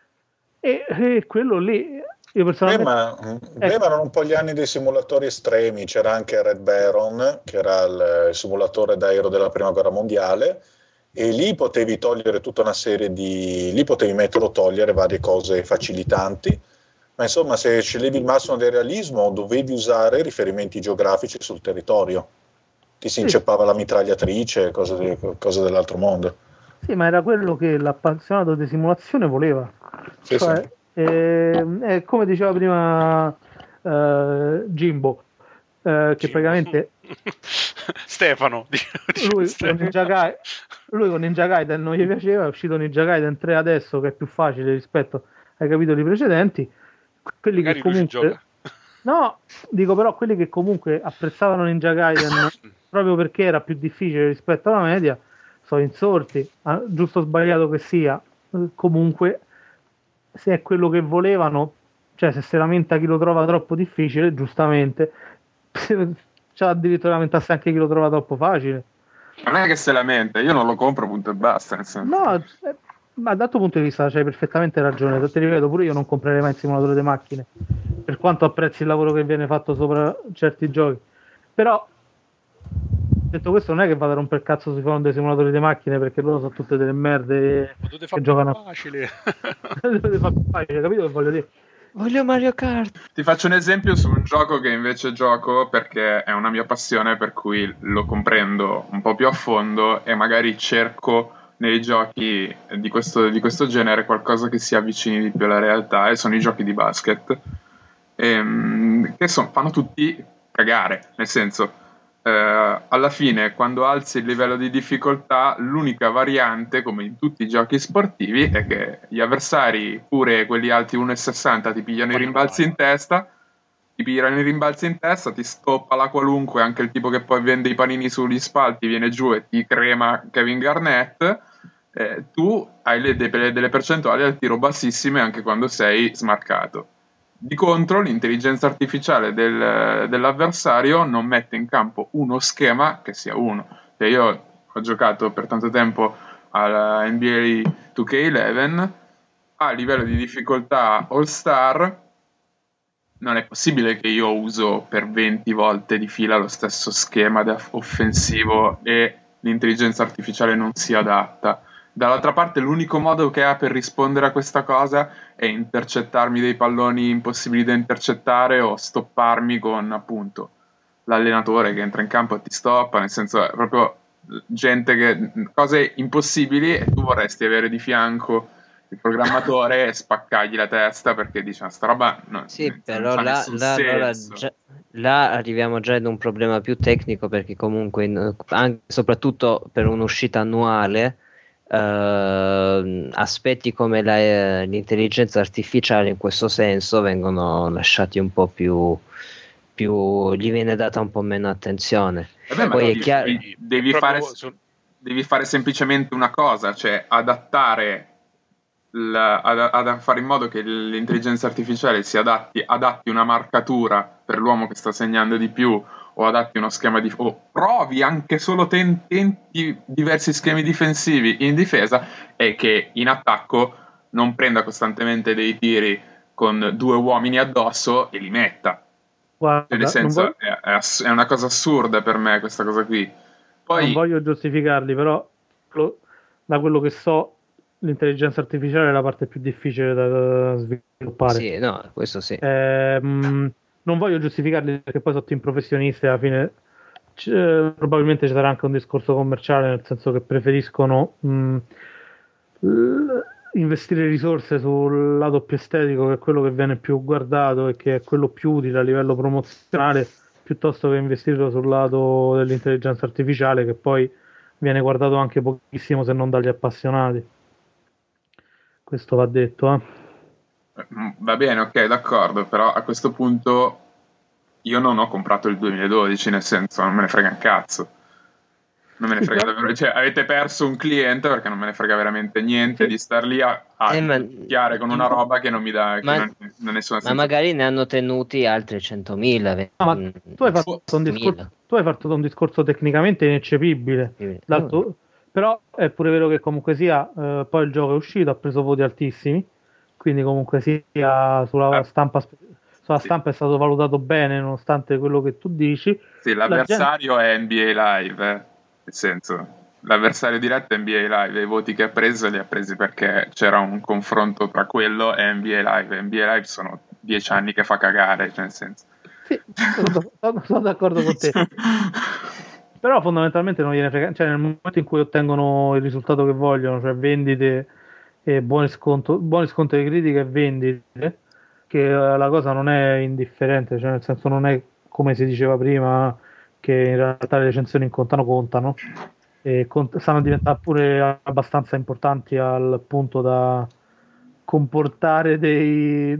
e quello lì io personalmente erano un po' gli anni dei simulatori estremi. C'era anche Red Baron, che era il simulatore d'aereo della prima guerra mondiale, e lì potevi togliere tutta una serie lì potevi mettere o togliere varie cose facilitanti, ma insomma se sceglievi il massimo del realismo dovevi usare riferimenti geografici sul territorio, ti si inceppava la mitragliatrice, cose dell'altro mondo. Sì, ma era quello che l'appassionato di simulazione voleva. Sì. Come diceva prima Jimbo, che praticamente Stefano lui con Ninja Gaiden non gli piaceva, è uscito Ninja Gaiden 3 adesso che è più facile rispetto ai capitoli precedenti, quelli magari che comunque no, dico però quelli che comunque apprezzavano Ninja Gaiden proprio perché era più difficile rispetto alla media sono insorti, giusto o sbagliato che sia, comunque se è quello che volevano, cioè se si lamenta chi lo trova troppo difficile, giustamente c'ha il diritto di lamentarsi anche chi lo trova troppo facile. Non è che se lamenta, io non lo compro, punto e basta, nel senso. No, ma dal tuo punto di vista c'hai perfettamente ragione, ti ripeto, pure io non comprerei mai il simulatore di macchine, per quanto apprezzi il lavoro che viene fatto sopra certi giochi, però detto questo non è che vado a rompere il cazzo sui forum dei simulatori di macchine, perché loro sono tutte delle merde che giocano facile. Dovete fare più facile, capito che voglio dire? Voglio Mario Kart. Ti faccio un esempio su un gioco che invece gioco perché è una mia passione, per cui lo comprendo un po' più a fondo e magari cerco nei giochi di questo genere qualcosa che si avvicini di più alla realtà, e sono i giochi di basket, che fanno tutti cagare, nel senso alla fine quando alzi il livello di difficoltà l'unica variante, come in tutti i giochi sportivi, è che gli avversari, pure quelli alti 1,60, ti pigliano i rimbalzi in testa, ti stoppa la qualunque, anche il tipo che poi vende i panini sugli spalti viene giù e ti crema Kevin Garnett. Tu hai delle percentuali al tiro bassissime anche quando sei smarcato. Di contro, l'intelligenza artificiale dell'avversario non mette in campo uno schema che sia uno. Cioè, io ho giocato per tanto tempo alla NBA 2K11, a livello di difficoltà All Star non è possibile che io uso per 20 volte di fila lo stesso schema offensivo e l'intelligenza artificiale non sia adatta. Dall'altra parte l'unico modo che ha per rispondere a questa cosa è intercettarmi dei palloni impossibili da intercettare o stopparmi con appunto l'allenatore che entra in campo e ti stoppa, nel senso è proprio cose impossibili, e tu vorresti avere di fianco il programmatore e spaccargli la testa perché dice sta roba però là arriviamo già ad un problema più tecnico, perché comunque soprattutto per un'uscita annuale aspetti come l'intelligenza artificiale in questo senso vengono lasciati un po' più gli viene data un po' meno attenzione. Poi è chiaro, devi fare semplicemente una cosa, cioè adattare ad fare in modo che l'intelligenza artificiale adatti una marcatura per l'uomo che sta segnando di più, o adatti uno schema o provi anche solo tenti diversi schemi difensivi in difesa, e che in attacco non prenda costantemente dei tiri con 2 uomini addosso e li metta. Guarda, nel senso, è una cosa assurda per me questa cosa qui. Poi, non voglio giustificarli, però da quello che so, l'intelligenza artificiale è la parte più difficile da sviluppare. Sì, no, questo sì. Non voglio giustificarli perché poi sono team professionisti, alla fine probabilmente ci sarà anche un discorso commerciale, nel senso che preferiscono investire risorse sul lato più estetico, che è quello che viene più guardato e che è quello più utile a livello promozionale, piuttosto che investirlo sul lato dell'intelligenza artificiale, che poi viene guardato anche pochissimo, se non dagli appassionati. Questo va detto, Va bene, ok, d'accordo, però a questo punto io non ho comprato il 2012, nel senso, non me ne frega un cazzo. Non me ne frega davvero, cioè avete perso un cliente perché non me ne frega veramente niente di star lì a chiare con una roba che non mi dà non ha nessuna senso. Ma magari ne hanno tenuti altri 100.000. Ma tu hai fatto un discorso tecnicamente ineccepibile, però è pure vero che comunque sia poi il gioco è uscito, ha preso voti altissimi, quindi comunque sia sulla stampa è stato valutato bene, nonostante quello che tu dici. Sì, l'avversario è NBA Live, nel senso, l'avversario diretto è NBA Live, e i voti che ha preso li ha presi perché c'era un confronto tra quello e NBA Live. NBA Live sono 10 anni che fa cagare, cioè nel senso. Sì, sono d'accordo con te. Però fondamentalmente non gliene frega, cioè nel momento in cui ottengono il risultato che vogliono, cioè vendite e buoni sconti di critica e vendite, che la cosa non è indifferente, cioè nel senso non è come si diceva prima che in realtà le recensioni contano e stanno diventando pure abbastanza importanti al punto da comportare degli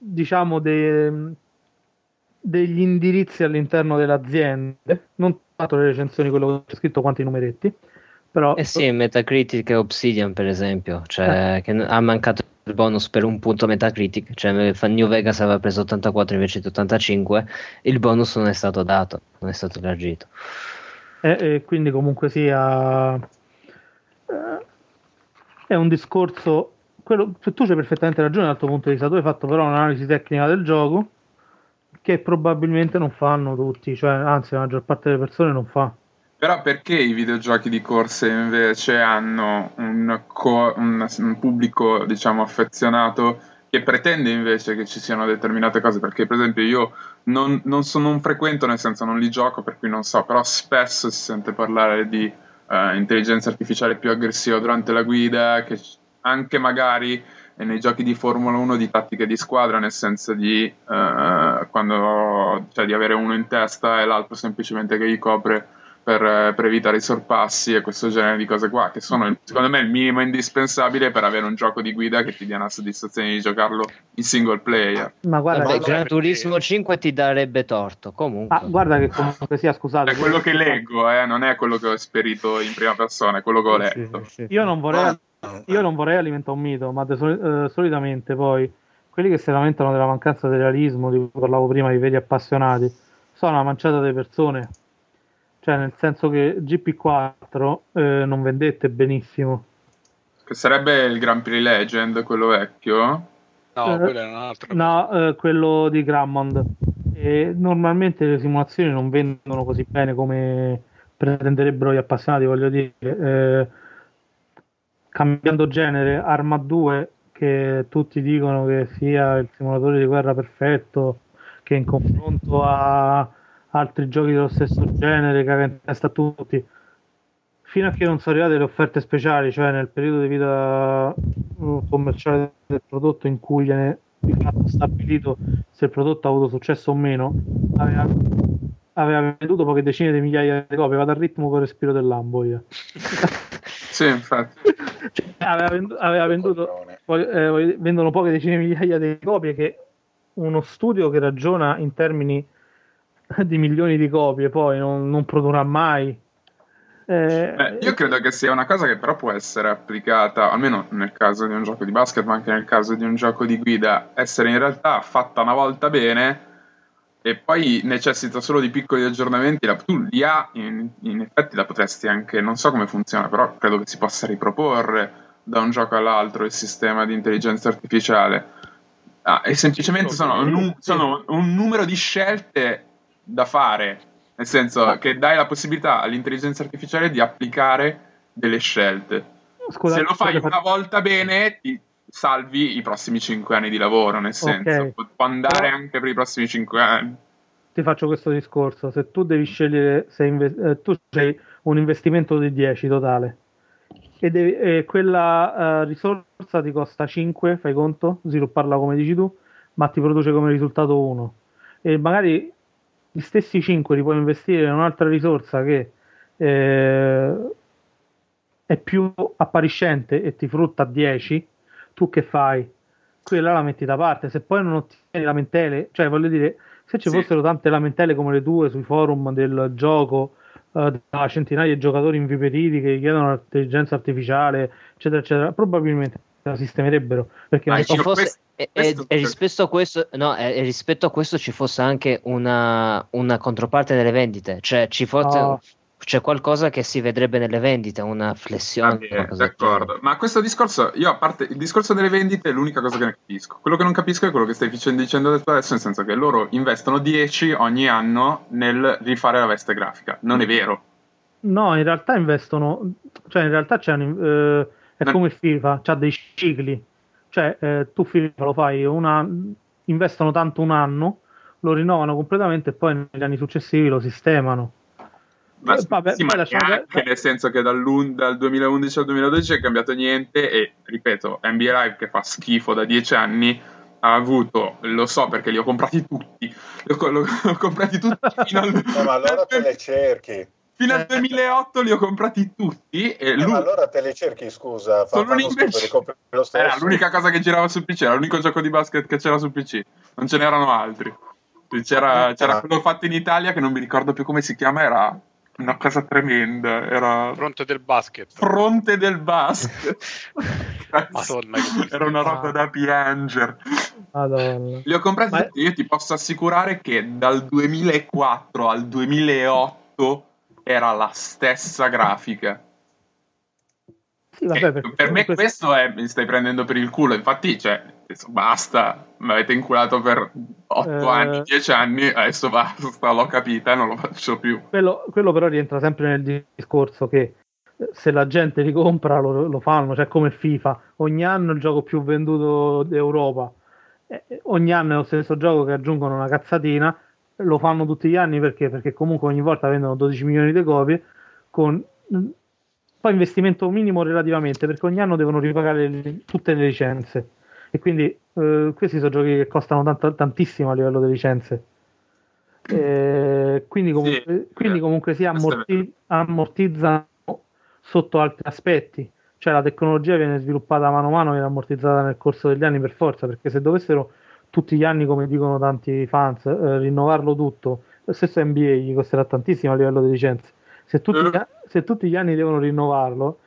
indirizzi all'interno delle aziende, non tanto le recensioni, quello che c'è scritto, quanti numeretti, però sì, Metacritic e Obsidian per esempio, cioè che ha mancato il bonus per un punto Metacritic, cioè New Vegas aveva preso 84 invece di 85, il bonus non è stato dato, non è stato elargito, e quindi comunque sia è un discorso, tu c'hai perfettamente ragione dal tuo punto di vista, tu hai fatto però un'analisi tecnica del gioco che probabilmente non fanno tutti, cioè anzi la maggior parte delle persone non fa. Però perché i videogiochi di corse invece hanno un pubblico, diciamo, affezionato, che pretende invece che ci siano determinate cose? Perché per esempio io non frequento, nel senso non li gioco, per cui non so, però spesso si sente parlare di intelligenza artificiale più aggressiva durante la guida, che anche magari nei giochi di Formula 1 di tattiche di squadra, nel senso di di avere uno in testa e l'altro semplicemente che gli copre per evitare i sorpassi e questo genere di cose qua, che sono secondo me il minimo indispensabile per avere un gioco di guida che ti dia la soddisfazione di giocarlo in single player. Ma guarda, Gran Turismo 5 ti darebbe torto comunque. Guarda che comunque sia, scusate, è quello che leggo, non è quello che ho esperito in prima persona, è quello che ho letto. Sì. Io non vorrei alimentare un mito, ma solitamente poi quelli che si lamentano della mancanza di realismo, di cui parlavo prima, di veri appassionati, sono una manciata di persone. Cioè, nel senso che GP4 non vendette benissimo. Che sarebbe il Grand Prix Legend, quello vecchio? No, quello è un altro. No, quello di Grammond. E normalmente le simulazioni non vendono così bene come pretenderebbero gli appassionati, voglio dire. Cambiando genere, Arma 2, che tutti dicono che sia il simulatore di guerra perfetto, che in confronto a altri giochi dello stesso genere caga in testa a tutti, fino a che non sono arrivate le offerte speciali, cioè nel periodo di vita commerciale del prodotto in cui viene di fatto stabilito se il prodotto ha avuto successo o meno, aveva venduto poche decine di migliaia di copie, vado al ritmo con il respiro del Lambo io. Sì, infatti. Cioè, aveva venduto, vendono poche decine di migliaia di copie, che uno studio che ragiona in termini di milioni di copie poi non produrrà mai. Io credo che sia una cosa che però può essere applicata, almeno nel caso di un gioco di basket, ma anche nel caso di un gioco di guida, essere in realtà fatta una volta bene e poi necessita solo di piccoli aggiornamenti. Tu l'IA in effetti la potresti anche, non so come funziona, però credo che si possa riproporre da un gioco all'altro il sistema di intelligenza artificiale. E semplicemente sono un numero di scelte da fare, nel senso che dai la possibilità all'intelligenza artificiale di applicare delle scelte. Se lo fai una volta bene, ti salvi i prossimi 5 anni di lavoro, nel senso, può andare anche per i prossimi 5 anni. Ti faccio questo discorso: se tu devi scegliere, tu hai un investimento di 10 totale e quella risorsa ti costa 5, fai conto, svilupparla come dici tu, ma ti produce come risultato 1, e magari gli stessi 5 li puoi investire in un'altra risorsa che è più appariscente e ti frutta 10, tu che fai? Quella la metti da parte. Se poi non ottieni lamentele, cioè voglio dire, se ci fossero tante lamentele come le tue sui forum del gioco, da centinaia di giocatori inviperiti che chiedono l'intelligenza artificiale, eccetera, eccetera, probabilmente la sistemerebbero. Perché rispetto a questo ci fosse anche una controparte delle vendite, cioè c'è qualcosa che si vedrebbe nelle vendite, una flessione. D'accordo, ma questo discorso, io a parte il discorso delle vendite, è l'unica cosa che ne capisco. Quello che non capisco è quello che stai dicendo adesso, nel senso che loro investono 10 ogni anno nel rifare la veste grafica. Non è vero. No, in realtà investono, cioè in realtà come FIFA, c'ha dei cicli. Cioè tu FIFA lo fai investono tanto un anno, lo rinnovano completamente e poi negli anni successivi lo sistemano. Ma anche nel senso che dal 2011 al 2012 è cambiato niente e, ripeto, NBA Live, che fa schifo da 10 anni, ha avuto, lo so perché li ho comprati tutti, ho comprati tutti fino al... ma allora te le cerchi. Fino al 2008 li ho comprati tutti e ma allora te le cerchi, scusa, lo stesso. Era l'unica cosa che girava sul PC, era l'unico gioco di basket che c'era sul PC, non ce n'erano altri. C'era quello fatto in Italia che non mi ricordo più come si chiama, era una cosa tremenda, era Fronte del basket. Madonna, era una roba da piangere. Madonna. Li ho comprati tutti. Io ti posso assicurare che dal 2004 al 2008 era la stessa grafica. Sì, vabbè, per me questo mi stai prendendo per il culo, infatti, cioè, basta, mi avete inculato per 8 anni, 10 anni, adesso basta, l'ho capita e non lo faccio più. Quello però rientra sempre nel discorso che se la gente li compra lo fanno, cioè come FIFA, ogni anno il gioco più venduto d'Europa, ogni anno è lo stesso gioco che aggiungono una cazzatina, lo fanno tutti gli anni perché comunque ogni volta vendono 12 milioni di copie con poi investimento minimo relativamente, perché ogni anno devono ripagare tutte le licenze e quindi questi sono giochi che costano tantissimo a livello di licenze, quindi comunque si ammortizzano sotto altri aspetti, cioè la tecnologia viene sviluppata mano a mano, viene ammortizzata nel corso degli anni per forza, perché se dovessero tutti gli anni, come dicono tanti fans, rinnovarlo tutto, lo stesso NBA gli costerà tantissimo a livello di licenze. Se tutti gli anni devono rinnovarlo,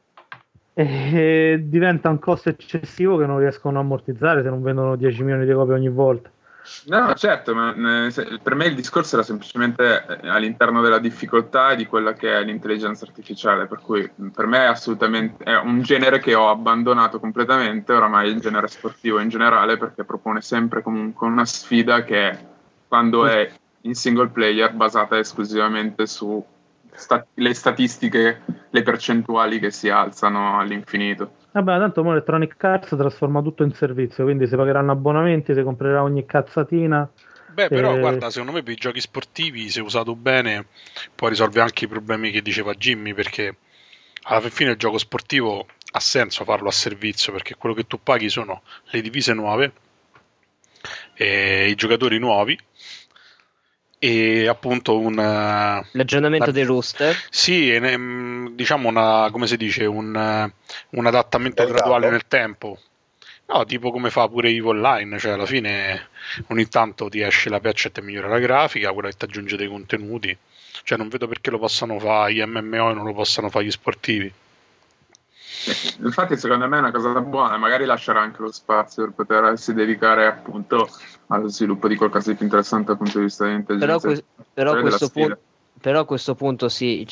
diventa un costo eccessivo che non riescono a ammortizzare se non vendono 10 milioni di copie ogni volta. No, certo, ma per me il discorso era semplicemente all'interno della difficoltà di quella che è l'intelligenza artificiale, per cui per me è assolutamente è un genere che ho abbandonato completamente oramai, il genere sportivo in generale, perché propone sempre comunque una sfida che quando è in single player basata esclusivamente su le statistiche, le percentuali che si alzano all'infinito. Vabbè, tanto Electronic Arts trasforma tutto in servizio, quindi si pagheranno abbonamenti, si comprerà ogni cazzatina. Beh, però guarda, secondo me per i giochi sportivi, se usato bene, può risolvere anche i problemi che diceva Jimmy, perché alla fine il gioco sportivo ha senso farlo a servizio, perché quello che tu paghi sono le divise nuove, e i giocatori nuovi, e appunto l'aggiornamento dei rooster. Sì, diciamo come si dice, un adattamento graduale nel tempo. No, tipo come fa pure EVE Online, cioè alla fine ogni tanto ti esce la patch e ti migliora la grafica, quella che ti aggiunge dei contenuti. Cioè non vedo perché lo possano fare gli MMO e non lo possano fare gli sportivi. Infatti secondo me è una cosa buona, magari lascerà anche lo spazio per potersi dedicare appunto allo sviluppo di qualcosa di più interessante dal punto di vista dell'intelligenza. Però a questo punto si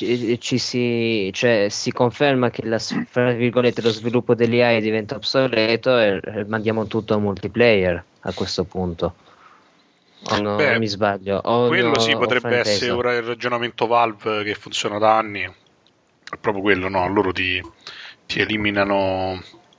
conferma che fra virgolette, lo sviluppo dell'AI diventa obsoleto e mandiamo tutto a multiplayer a questo punto. O mi sbaglio? Quello sì, potrebbe essere ora il ragionamento Valve che funziona da anni. È proprio quello, no? Loro ti eliminano.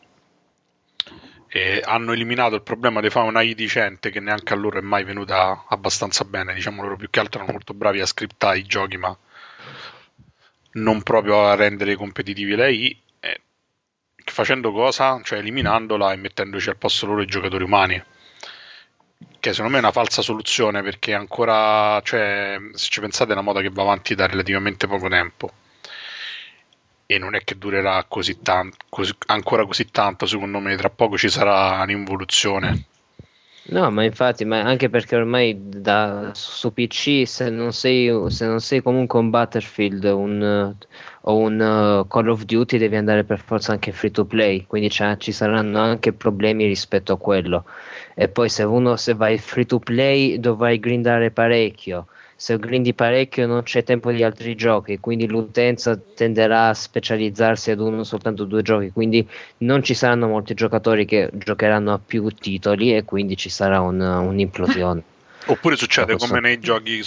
Hanno eliminato il problema di fare una AI decente che neanche a loro è mai venuta abbastanza bene, diciamo. Loro più che altro erano molto bravi a scriptare i giochi, ma non proprio a rendere competitivi le AI, facendo cosa? Cioè eliminandola e mettendoci al posto loro i giocatori umani, che secondo me è una falsa soluzione, perché ancora, cioè, se ci pensate, è una moda che va avanti da relativamente poco tempo e non è che durerà ancora così tanto. Secondo me tra poco ci sarà un'involuzione. No, ma infatti, ma anche perché ormai su PC se non sei comunque un Battlefield o un Call of Duty, devi andare per forza anche free to play, quindi ci saranno anche problemi rispetto a quello. E poi se vai free to play dovrai grindare parecchio. Se grindi parecchio non c'è tempo di altri giochi, quindi l'utenza tenderà a specializzarsi ad uno soltanto 2 giochi, quindi non ci saranno molti giocatori che giocheranno a più titoli e quindi ci sarà un'implosione. Oppure succede come nei giochi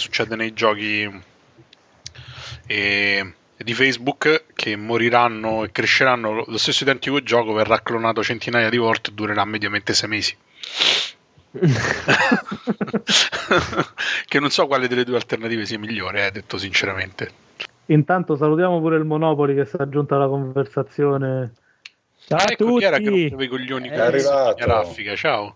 di Facebook, che moriranno e cresceranno lo stesso identico gioco, verrà clonato centinaia di volte e durerà mediamente 6 mesi. Che non so quale delle due alternative sia migliore, detto sinceramente. Intanto salutiamo pure il Monopoly che si è aggiunto alla conversazione. Ciao a tutti. Chi era che rompeva i coglioni è arrivato raffica? Ciao.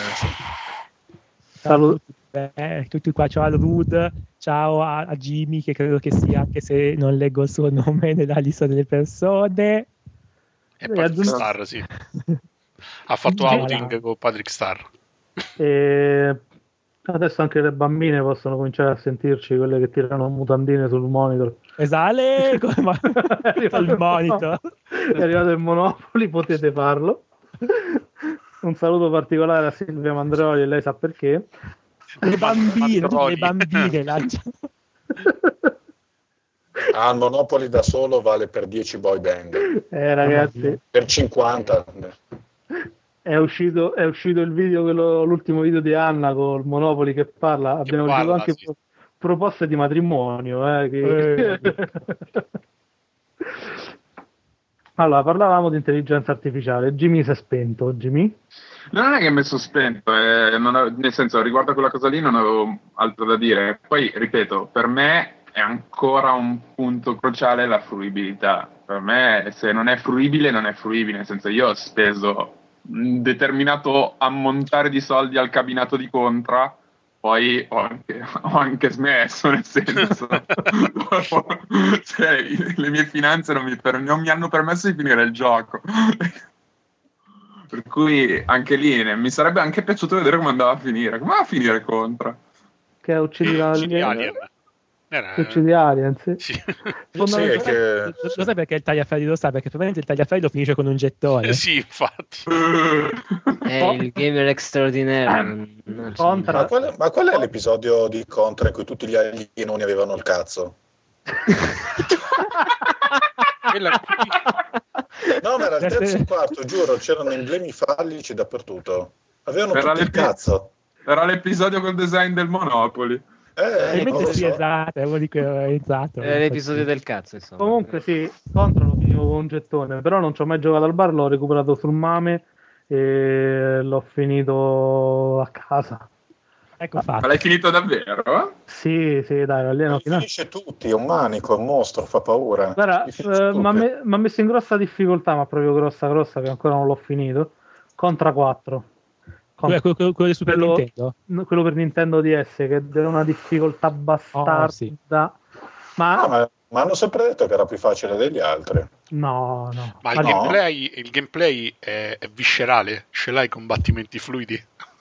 Tutti qua, ciao a Rud, ciao a Jimmy, che credo che sia, anche se non leggo il suo nome nella lista delle persone. E Patrick Star, sì. Ha fatto outing con Patrick Star. E adesso anche le bambine possono cominciare a sentirci, quelle che tirano mutandine sul monitor. Esatto, il monitor. È arrivato il Monopoli, potete farlo. Un saluto particolare a Silvia Mandroli, e lei sa perché. Le bambine lanciano. Il Monopoli da solo vale per 10 boy band. Ragazzi, per 50. È uscito il video, l'ultimo video di Anna con il Monopoli che parla. Abbiamo ricevuto anche proposte di matrimonio. Allora, parlavamo di intelligenza artificiale. Jimmy si è spento. Jimmy? Non è che mi sono spento, nel senso, riguardo a quella cosa lì non avevo altro da dire. Poi, ripeto, per me è ancora un punto cruciale la fruibilità. Per me, se non è fruibile, non è fruibile. Nel senso, io ho speso un determinato ammontare di soldi al cabinato di Contra, poi ho anche smesso, nel senso cioè, le mie finanze non mi hanno permesso di finire il gioco. Per cui anche lì mi sarebbe anche piaciuto vedere come andava a finire. Come va a finire Contra? Che uccidi Alien. Uccidi Alien, sì. Sì, Lo sai perché il tagliaferri lo sa? Perché probabilmente il tagliaferri lo finisce con un gettone. Sì, infatti. È il gamer extraordinario. Contra. Ma qual è l'episodio di Contra in cui tutti gli alienoni avevano il cazzo? No, ma era il terzo e quarto, giuro, c'erano emblemi fallici dappertutto. Avevano tutti il cazzo. Era l'episodio col design del Monopoli. Esatto, è uno di cui ho realizzato. È l'episodio del cazzo, insomma. Comunque sì, Contra lo finivo con un gettone, però non ci ho mai giocato al bar, l'ho recuperato sul Mame e l'ho finito a casa. Ecco fatto. Ma l'hai finito davvero? Sì, dai, l'alieno finisce tutti, è un manico, è un mostro, fa paura. Guarda, mi ha messo in grossa difficoltà, ma proprio grossa, che ancora non l'ho finito. Contra 4. Quello del Super Nintendo? Quello per Nintendo DS, che era una difficoltà bastarda. Sì. Ma hanno sempre detto che era più facile degli altri. No. Ma il gameplay è viscerale, ce l'hai combattimenti fluidi.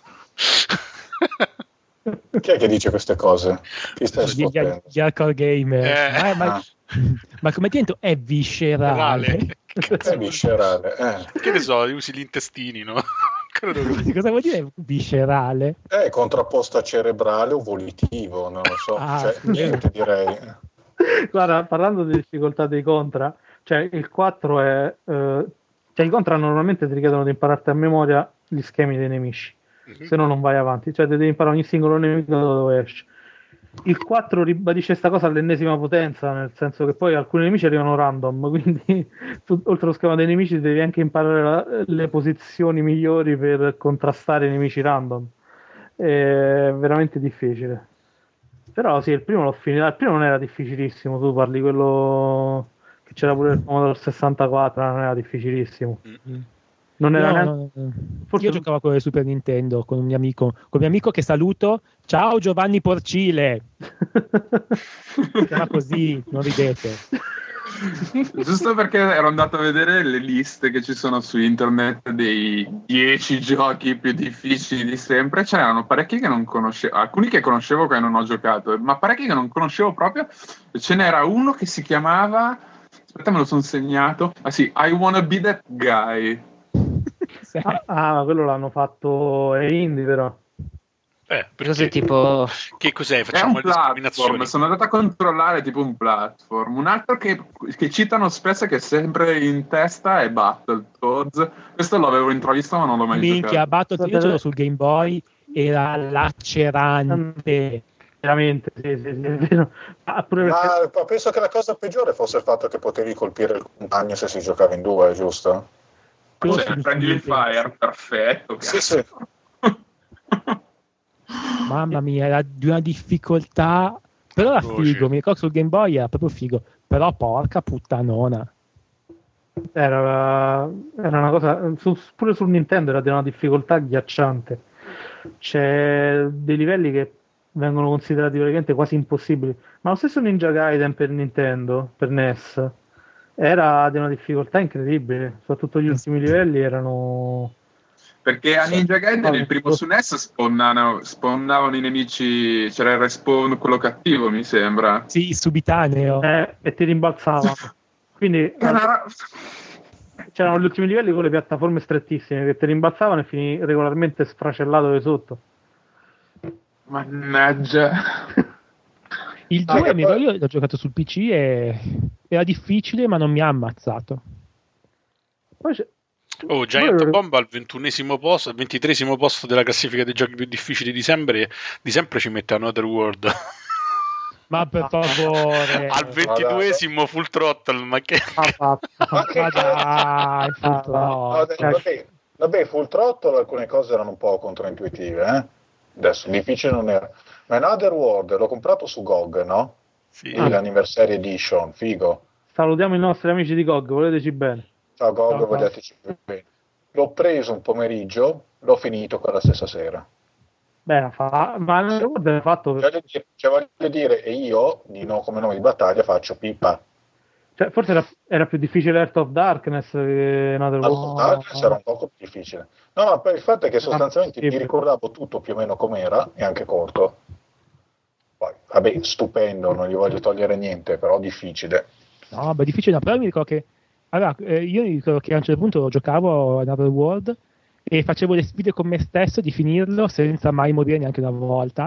Chi è che dice queste cose? Chi stai sfottendo? Gli hardcore gamer. Ma come dentro è viscerale? È viscerale. Che ne so, usi gli intestini, no? Cosa vuol dire viscerale? È contrapposto a cerebrale o volitivo, non lo so. Niente, direi. Guarda, parlando di difficoltà dei Contra, cioè il 4 è... cioè i Contra normalmente ti richiedono di impararti a memoria gli schemi dei nemici, se no non vai avanti, cioè devi imparare ogni singolo nemico da dove esce. Il 4 ribadisce questa cosa all'ennesima potenza, nel senso che poi alcuni nemici arrivano random, quindi tu, oltre allo schema dei nemici devi anche imparare le posizioni migliori per contrastare i nemici random. È veramente difficile. Però sì, il primo l'ho finito. Il primo non era difficilissimo, tu parli quello che c'era pure il Commodore 64, non era difficilissimo. Non era no. Forse io giocavo con il Super Nintendo con un mio amico che saluto. Ciao Giovanni Porcile. Era così, non ridete. Giusto perché ero andato a vedere le liste che ci sono su internet dei 10 giochi più difficili di sempre. C'erano parecchi che non conoscevo, alcuni che conoscevo che non ho giocato, ma parecchi che non conoscevo proprio. Ce n'era uno che si chiamava, aspetta, me lo sono segnato. Ah sì, I Wanna Be That Guy. Ma quello l'hanno fatto indie, però. Perché, tipo... Che cos'è? Facciamo è un platform, sono andato a controllare tipo un platform. Un altro che citano spesso che è sempre in testa è Battletoads. Questo l'avevo intravisto ma non l'ho mai giocato. Battletoads io ce l'ho sul Game Boy, era lacerante. Veramente, sì, è vero. Ma penso che la cosa peggiore fosse il fatto che potevi colpire il compagno se si giocava in due, giusto? Prendi il fire, perfetto. Sì. Mamma mia, era di una difficoltà, però era figo, mi ricordo sul Game Boy era proprio figo, però porca puttanona. Era una cosa, pure sul Nintendo era di una difficoltà agghiacciante. C'è dei livelli che vengono considerati praticamente quasi impossibili, ma lo stesso Ninja Gaiden per Nintendo, per NES, era di una difficoltà incredibile, soprattutto gli ultimi livelli erano... Perché a Ninja Gaiden il primo su NES spawnavano i nemici, c'era il respawn quello cattivo mi sembra. Sì, subitaneo. E ti rimbalzavano. Quindi c'erano gli ultimi livelli con le piattaforme strettissime che ti rimbalzavano e finivi regolarmente sfracellato di sotto. Mannaggia. Il 2 io l'ho giocato sul PC e era difficile ma non mi ha ammazzato. Poi c'è... Giant Bomb al 21esimo posto, al 23esimo posto della classifica dei giochi più difficili di sempre ci mette Another World. Ma per favore. Al 22esimo Full Throttle, ma che... Vabbè, Full Throttle alcune cose erano un po' controintuitive, Adesso difficile non era. Ma Another World l'ho comprato su GOG, no? Sì. L'Anniversary Edition, figo. Salutiamo i nostri amici di GOG, voleteci bene. Ciao GOG, vogliateci bene. L'ho preso un pomeriggio, l'ho finito quella stessa sera. Beh, ma l'ha fatto... voglio dire, e io, come nome di battaglia, faccio pipa. Cioè, forse era più difficile Heart of Darkness che Another World. Darkness era un poco più difficile. No, ma poi il fatto è che sostanzialmente mi ricordavo tutto più o meno com'era, e anche corto. Poi, vabbè, stupendo, non gli voglio togliere niente, però difficile. No, beh, difficile, no, però mi ricordo che... Allora, io mi ricordo che a un certo punto giocavo a Another World e facevo le sfide con me stesso di finirlo senza mai morire neanche una volta.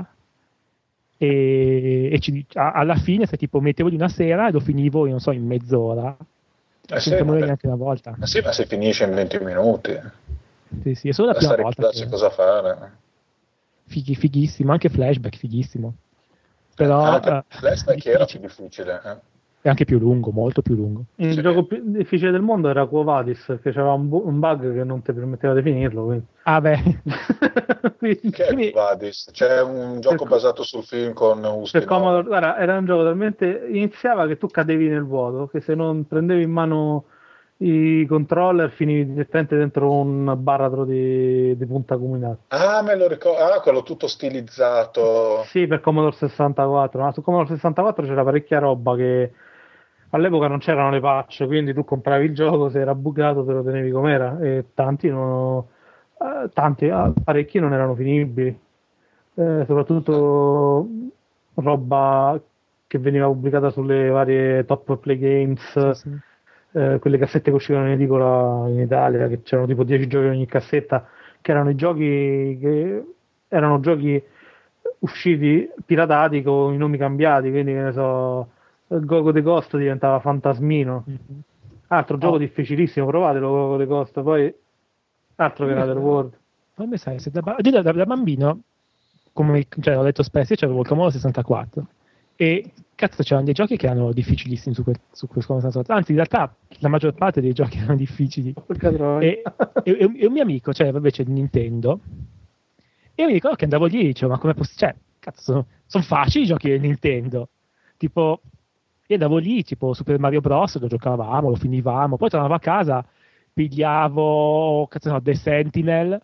E alla fine, se tipo mettevo di una sera, lo finivo, non so, in mezz'ora senza morire neanche una volta. Sì, ma si finisce in 20 minuti. Sì, è solo la prima volta. Cosa fare. Fighissimo, anche Flashback, fighissimo. Però Flashback era più difficile, è anche più lungo, molto più lungo. Il gioco più difficile del mondo era Quo Vadis, che aveva un bug che non ti permetteva di finirlo. Quindi. Ah beh. Che è Quo Vadis? C'è un gioco basato sul film con Ustinov. Guarda, era un gioco talmente... Iniziava che tu cadevi nel vuoto, che se non prendevi in mano i controller finivi direttamente dentro un baratro di punta comunale. Ah, me lo ricordo. Ah, quello tutto stilizzato. Sì, per Commodore 64, ma su Commodore 64 c'era parecchia roba che all'epoca non c'erano le patch, quindi tu compravi il gioco, se era buggato te lo tenevi com'era e parecchi non erano finibili. Soprattutto roba che veniva pubblicata sulle varie Top Play Games, Sì. quelle cassette che uscivano in edicola in Italia, che c'erano tipo 10 giochi ogni cassetta, che erano i giochi che erano giochi usciti piratati con i nomi cambiati, quindi che ne so, Gogo the Ghost diventava Fantasmino. Mhm. Altro gioco difficilissimo, provatelo Gogo the Ghost, poi altro che Netherworld. Poi mi sai, da bambino, cioè, ho detto spesso, io c'avevo il Commodore 64 e cazzo c'erano dei giochi che erano difficilissimi su quel Commodore 64, anzi in realtà la maggior parte dei giochi erano difficili e un mio amico, cioè invece di Nintendo, e io mi ricordo che andavo lì e dicevo ma come possibile, cioè cazzo sono facili i giochi di Nintendo, tipo io andavo lì tipo Super Mario Bros, lo giocavamo, lo finivamo, poi tornavo a casa, pigliavo cazzo no, The Sentinel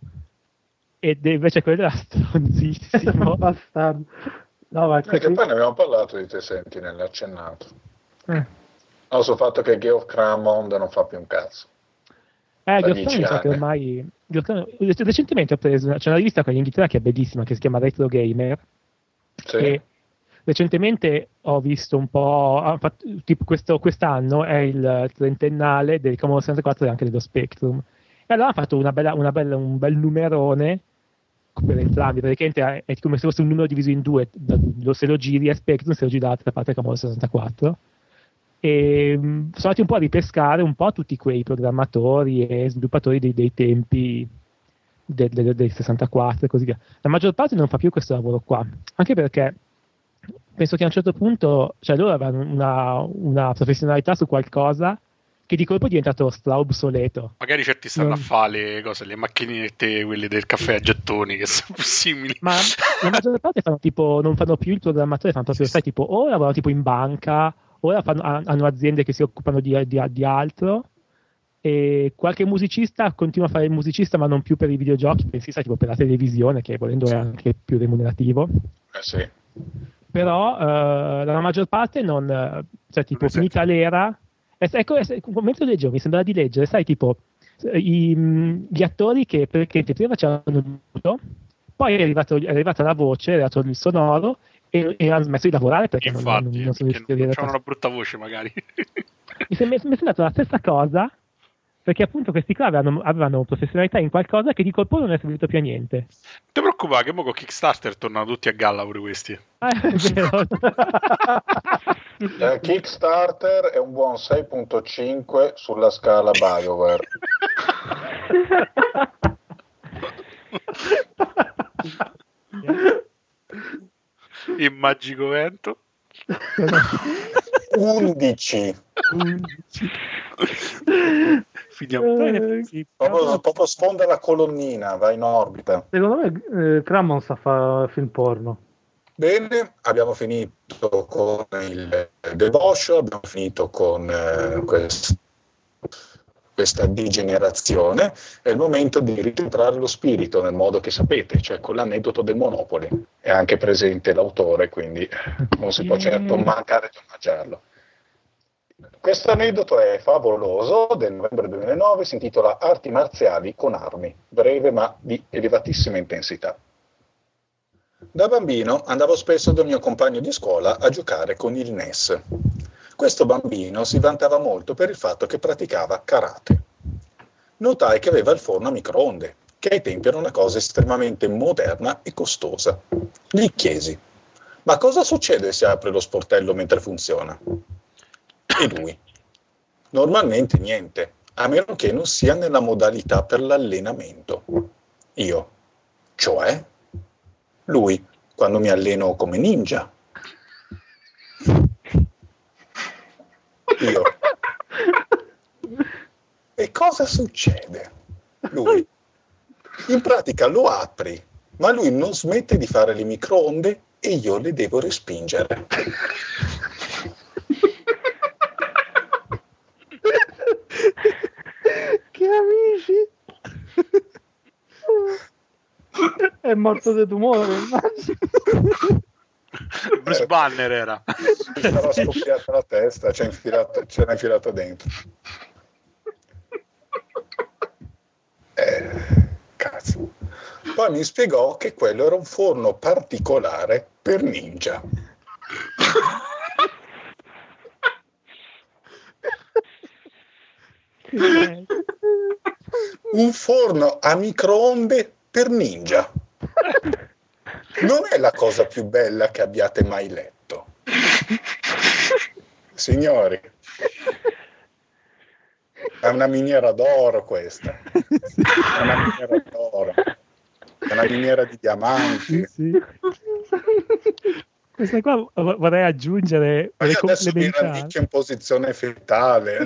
ed invece quello era stronzissimo. Bastardo. No, ma Che poi ne abbiamo parlato di te, Sentinel, accennato. Eh. No, sul fatto che Geoff Crammond non fa più un cazzo. Mi sa che ormai recentemente ho preso, c'è una rivista qua in Inghilterra che è bellissima, che si chiama Retro Gamer. Sì. E recentemente ho visto un po', tipo quest'anno è il trentennale del Commodore 64 e anche dello Spectrum. E allora hanno fatto un bel numerone per entrambi, praticamente è come se fosse un numero diviso in due, se lo giri è Spectrum, se lo giri dall'altra parte è Commodore 64. E sono andati un po' a ripescare un po' tutti quei programmatori e sviluppatori dei tempi del 64 e così via. La maggior parte non fa più questo lavoro qua, anche perché penso che a un certo punto, cioè loro avevano una professionalità su qualcosa che di colpo è diventato obsoleto. Magari certi stanno a fare le cose, le macchinette, quelle del caffè a gettoni, che sono più simili. Ma la maggior parte non fanno più il programmatore, fanno proprio, sai, tipo, o lavorano tipo in banca, ora hanno aziende che si occupano di altro, e qualche musicista continua a fare il musicista ma non più per i videogiochi, pensi sai, tipo per la televisione, che volendo è anche più remunerativo. Sì. Però la maggior parte cioè tipo finita l'era, ecco, mentre leggevo mi sembra di leggere, sai, tipo gli attori che prima facevano tutto, poi è arrivata la voce, è arrivato il sonoro e hanno smesso di lavorare perché non sono riusciti a dire. C'hanno una brutta voce magari. Mi è sembrato la stessa cosa, perché appunto questi qua avevano professionalità in qualcosa che di colpo non è servito più a niente. Non ti preoccupare che mo con Kickstarter tornano tutti a galla pure questi. È vero. Kickstarter è un buon 6.5 sulla scala BioWare. Il magico vento 11. Proprio sfonda la colonnina, va in orbita. Secondo me Crammond sa fare film porno. Bene, abbiamo finito con il deboscio, abbiamo finito con questa degenerazione. È il momento di rientrare lo spirito, nel modo che sapete, cioè con l'aneddoto del Monopoli. È anche presente l'autore, quindi non si può certo mancare di omaggiarlo. Questo aneddoto è favoloso, del novembre 2009, si intitola Arti marziali con armi, breve ma di elevatissima intensità. Da bambino andavo spesso dal mio compagno di scuola a giocare con il NES. Questo bambino si vantava molto per il fatto che praticava karate. Notai che aveva il forno a microonde, che ai tempi era una cosa estremamente moderna e costosa. Gli chiesi: ma cosa succede se apri lo sportello mentre funziona? E lui: normalmente niente, a meno che non sia nella modalità per l'allenamento. Io: cioè? Lui: quando mi alleno come ninja. Io: e cosa succede? Lui: in pratica lo apri, ma lui non smette di fare le microonde e io le devo respingere. È morto di tumore. Bruce Banner era. Stava scoppiata la testa, ce l'ha infilata dentro. Cazzo. Poi mi spiegò che quello era un forno particolare per ninja. Un forno a microonde per ninja. Non è la cosa più bella che abbiate mai letto. Signori, è una miniera d'oro questa. È una miniera d'oro. È una miniera di diamanti. Sì. Questa qua vorrei aggiungere, vorrei adesso mi complementare. rannicchio in posizione fetale.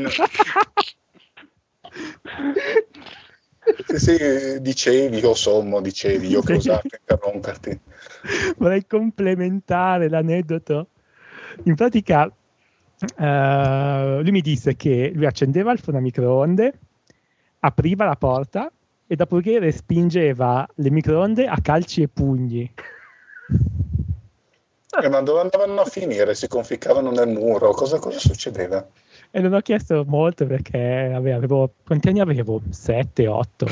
Sì, dicevi, io sommo, io che ho osato interromperti. Vorrei complementare l'aneddoto. In pratica, lui mi disse che lui accendeva il forno a microonde, apriva la porta e dopodiché respingeva le microonde a calci e pugni. Ma dove andavano a finire? Si conficcavano nel muro? Cosa succedeva? E non ho chiesto molto perché avevo quanti anni avevo? 7, 8.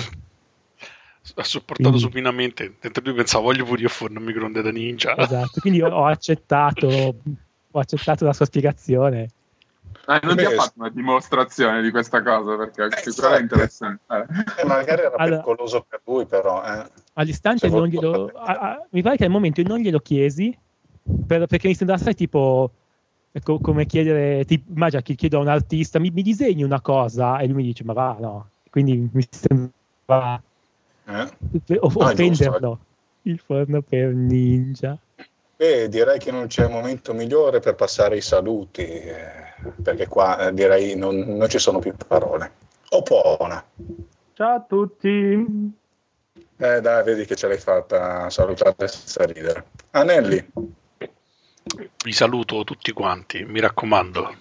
Ha sopportato supinamente. Dentro lui pensavo, voglio pure io forno a microonde da ninja. Esatto, quindi ho accettato la sua spiegazione. Non ti ha fatto una dimostrazione di questa cosa, perché sicuramente è interessante. Magari era pericoloso per lui, però. All'istante non glielo... mi pare che al momento non glielo chiesi, perché mi sembrava, sai, tipo... come chiedere, immagina che chiedo a un artista mi disegni una cosa e lui mi dice ma va, no, quindi mi sembra offenderlo. Il forno per ninja. Direi che non c'è momento migliore per passare i saluti, perché qua direi non ci sono più parole. Buona. Ciao a tutti. Dai, vedi che ce l'hai fatta, salutate senza ridere. Anelli. Vi saluto tutti quanti, mi raccomando.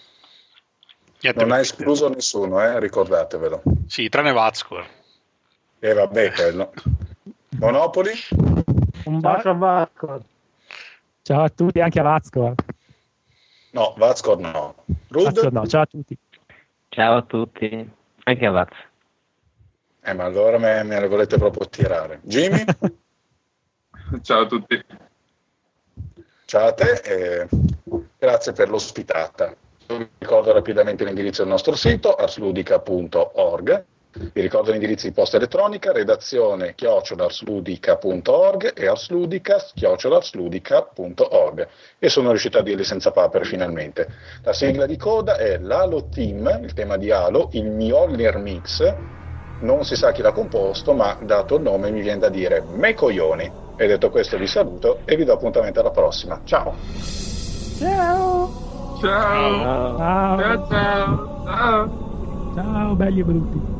Non ha escluso nessuno, ricordatevelo. Sì, tranne Vazcor. Vabbè, quello. Monopoli? Un bacio a Vazcor. Ciao a tutti, anche a Vazcor. No, Vazcor no. Vazcor no, ciao a tutti. Ciao a tutti, anche a Vaz. Ma allora me ne volete proprio tirare. Jimmy? Ciao a tutti. Ciao a te e grazie per l'ospitata. Vi ricordo rapidamente l'indirizzo del nostro sito, arsludica.org. Vi ricordo l'indirizzo di posta elettronica, redazione @arsludica.org e arsludica@arsludica.org. E sono riuscito a dirli senza papere finalmente. La sigla di coda è l'Halo Team, il tema di Halo, il Mjolnir Mix. Non si sa chi l'ha composto, ma dato il nome mi viene da dire me coglioni. E detto questo vi saluto e vi do appuntamento alla prossima. Ciao! Ciao! Ciao! Ciao, belli e brutti.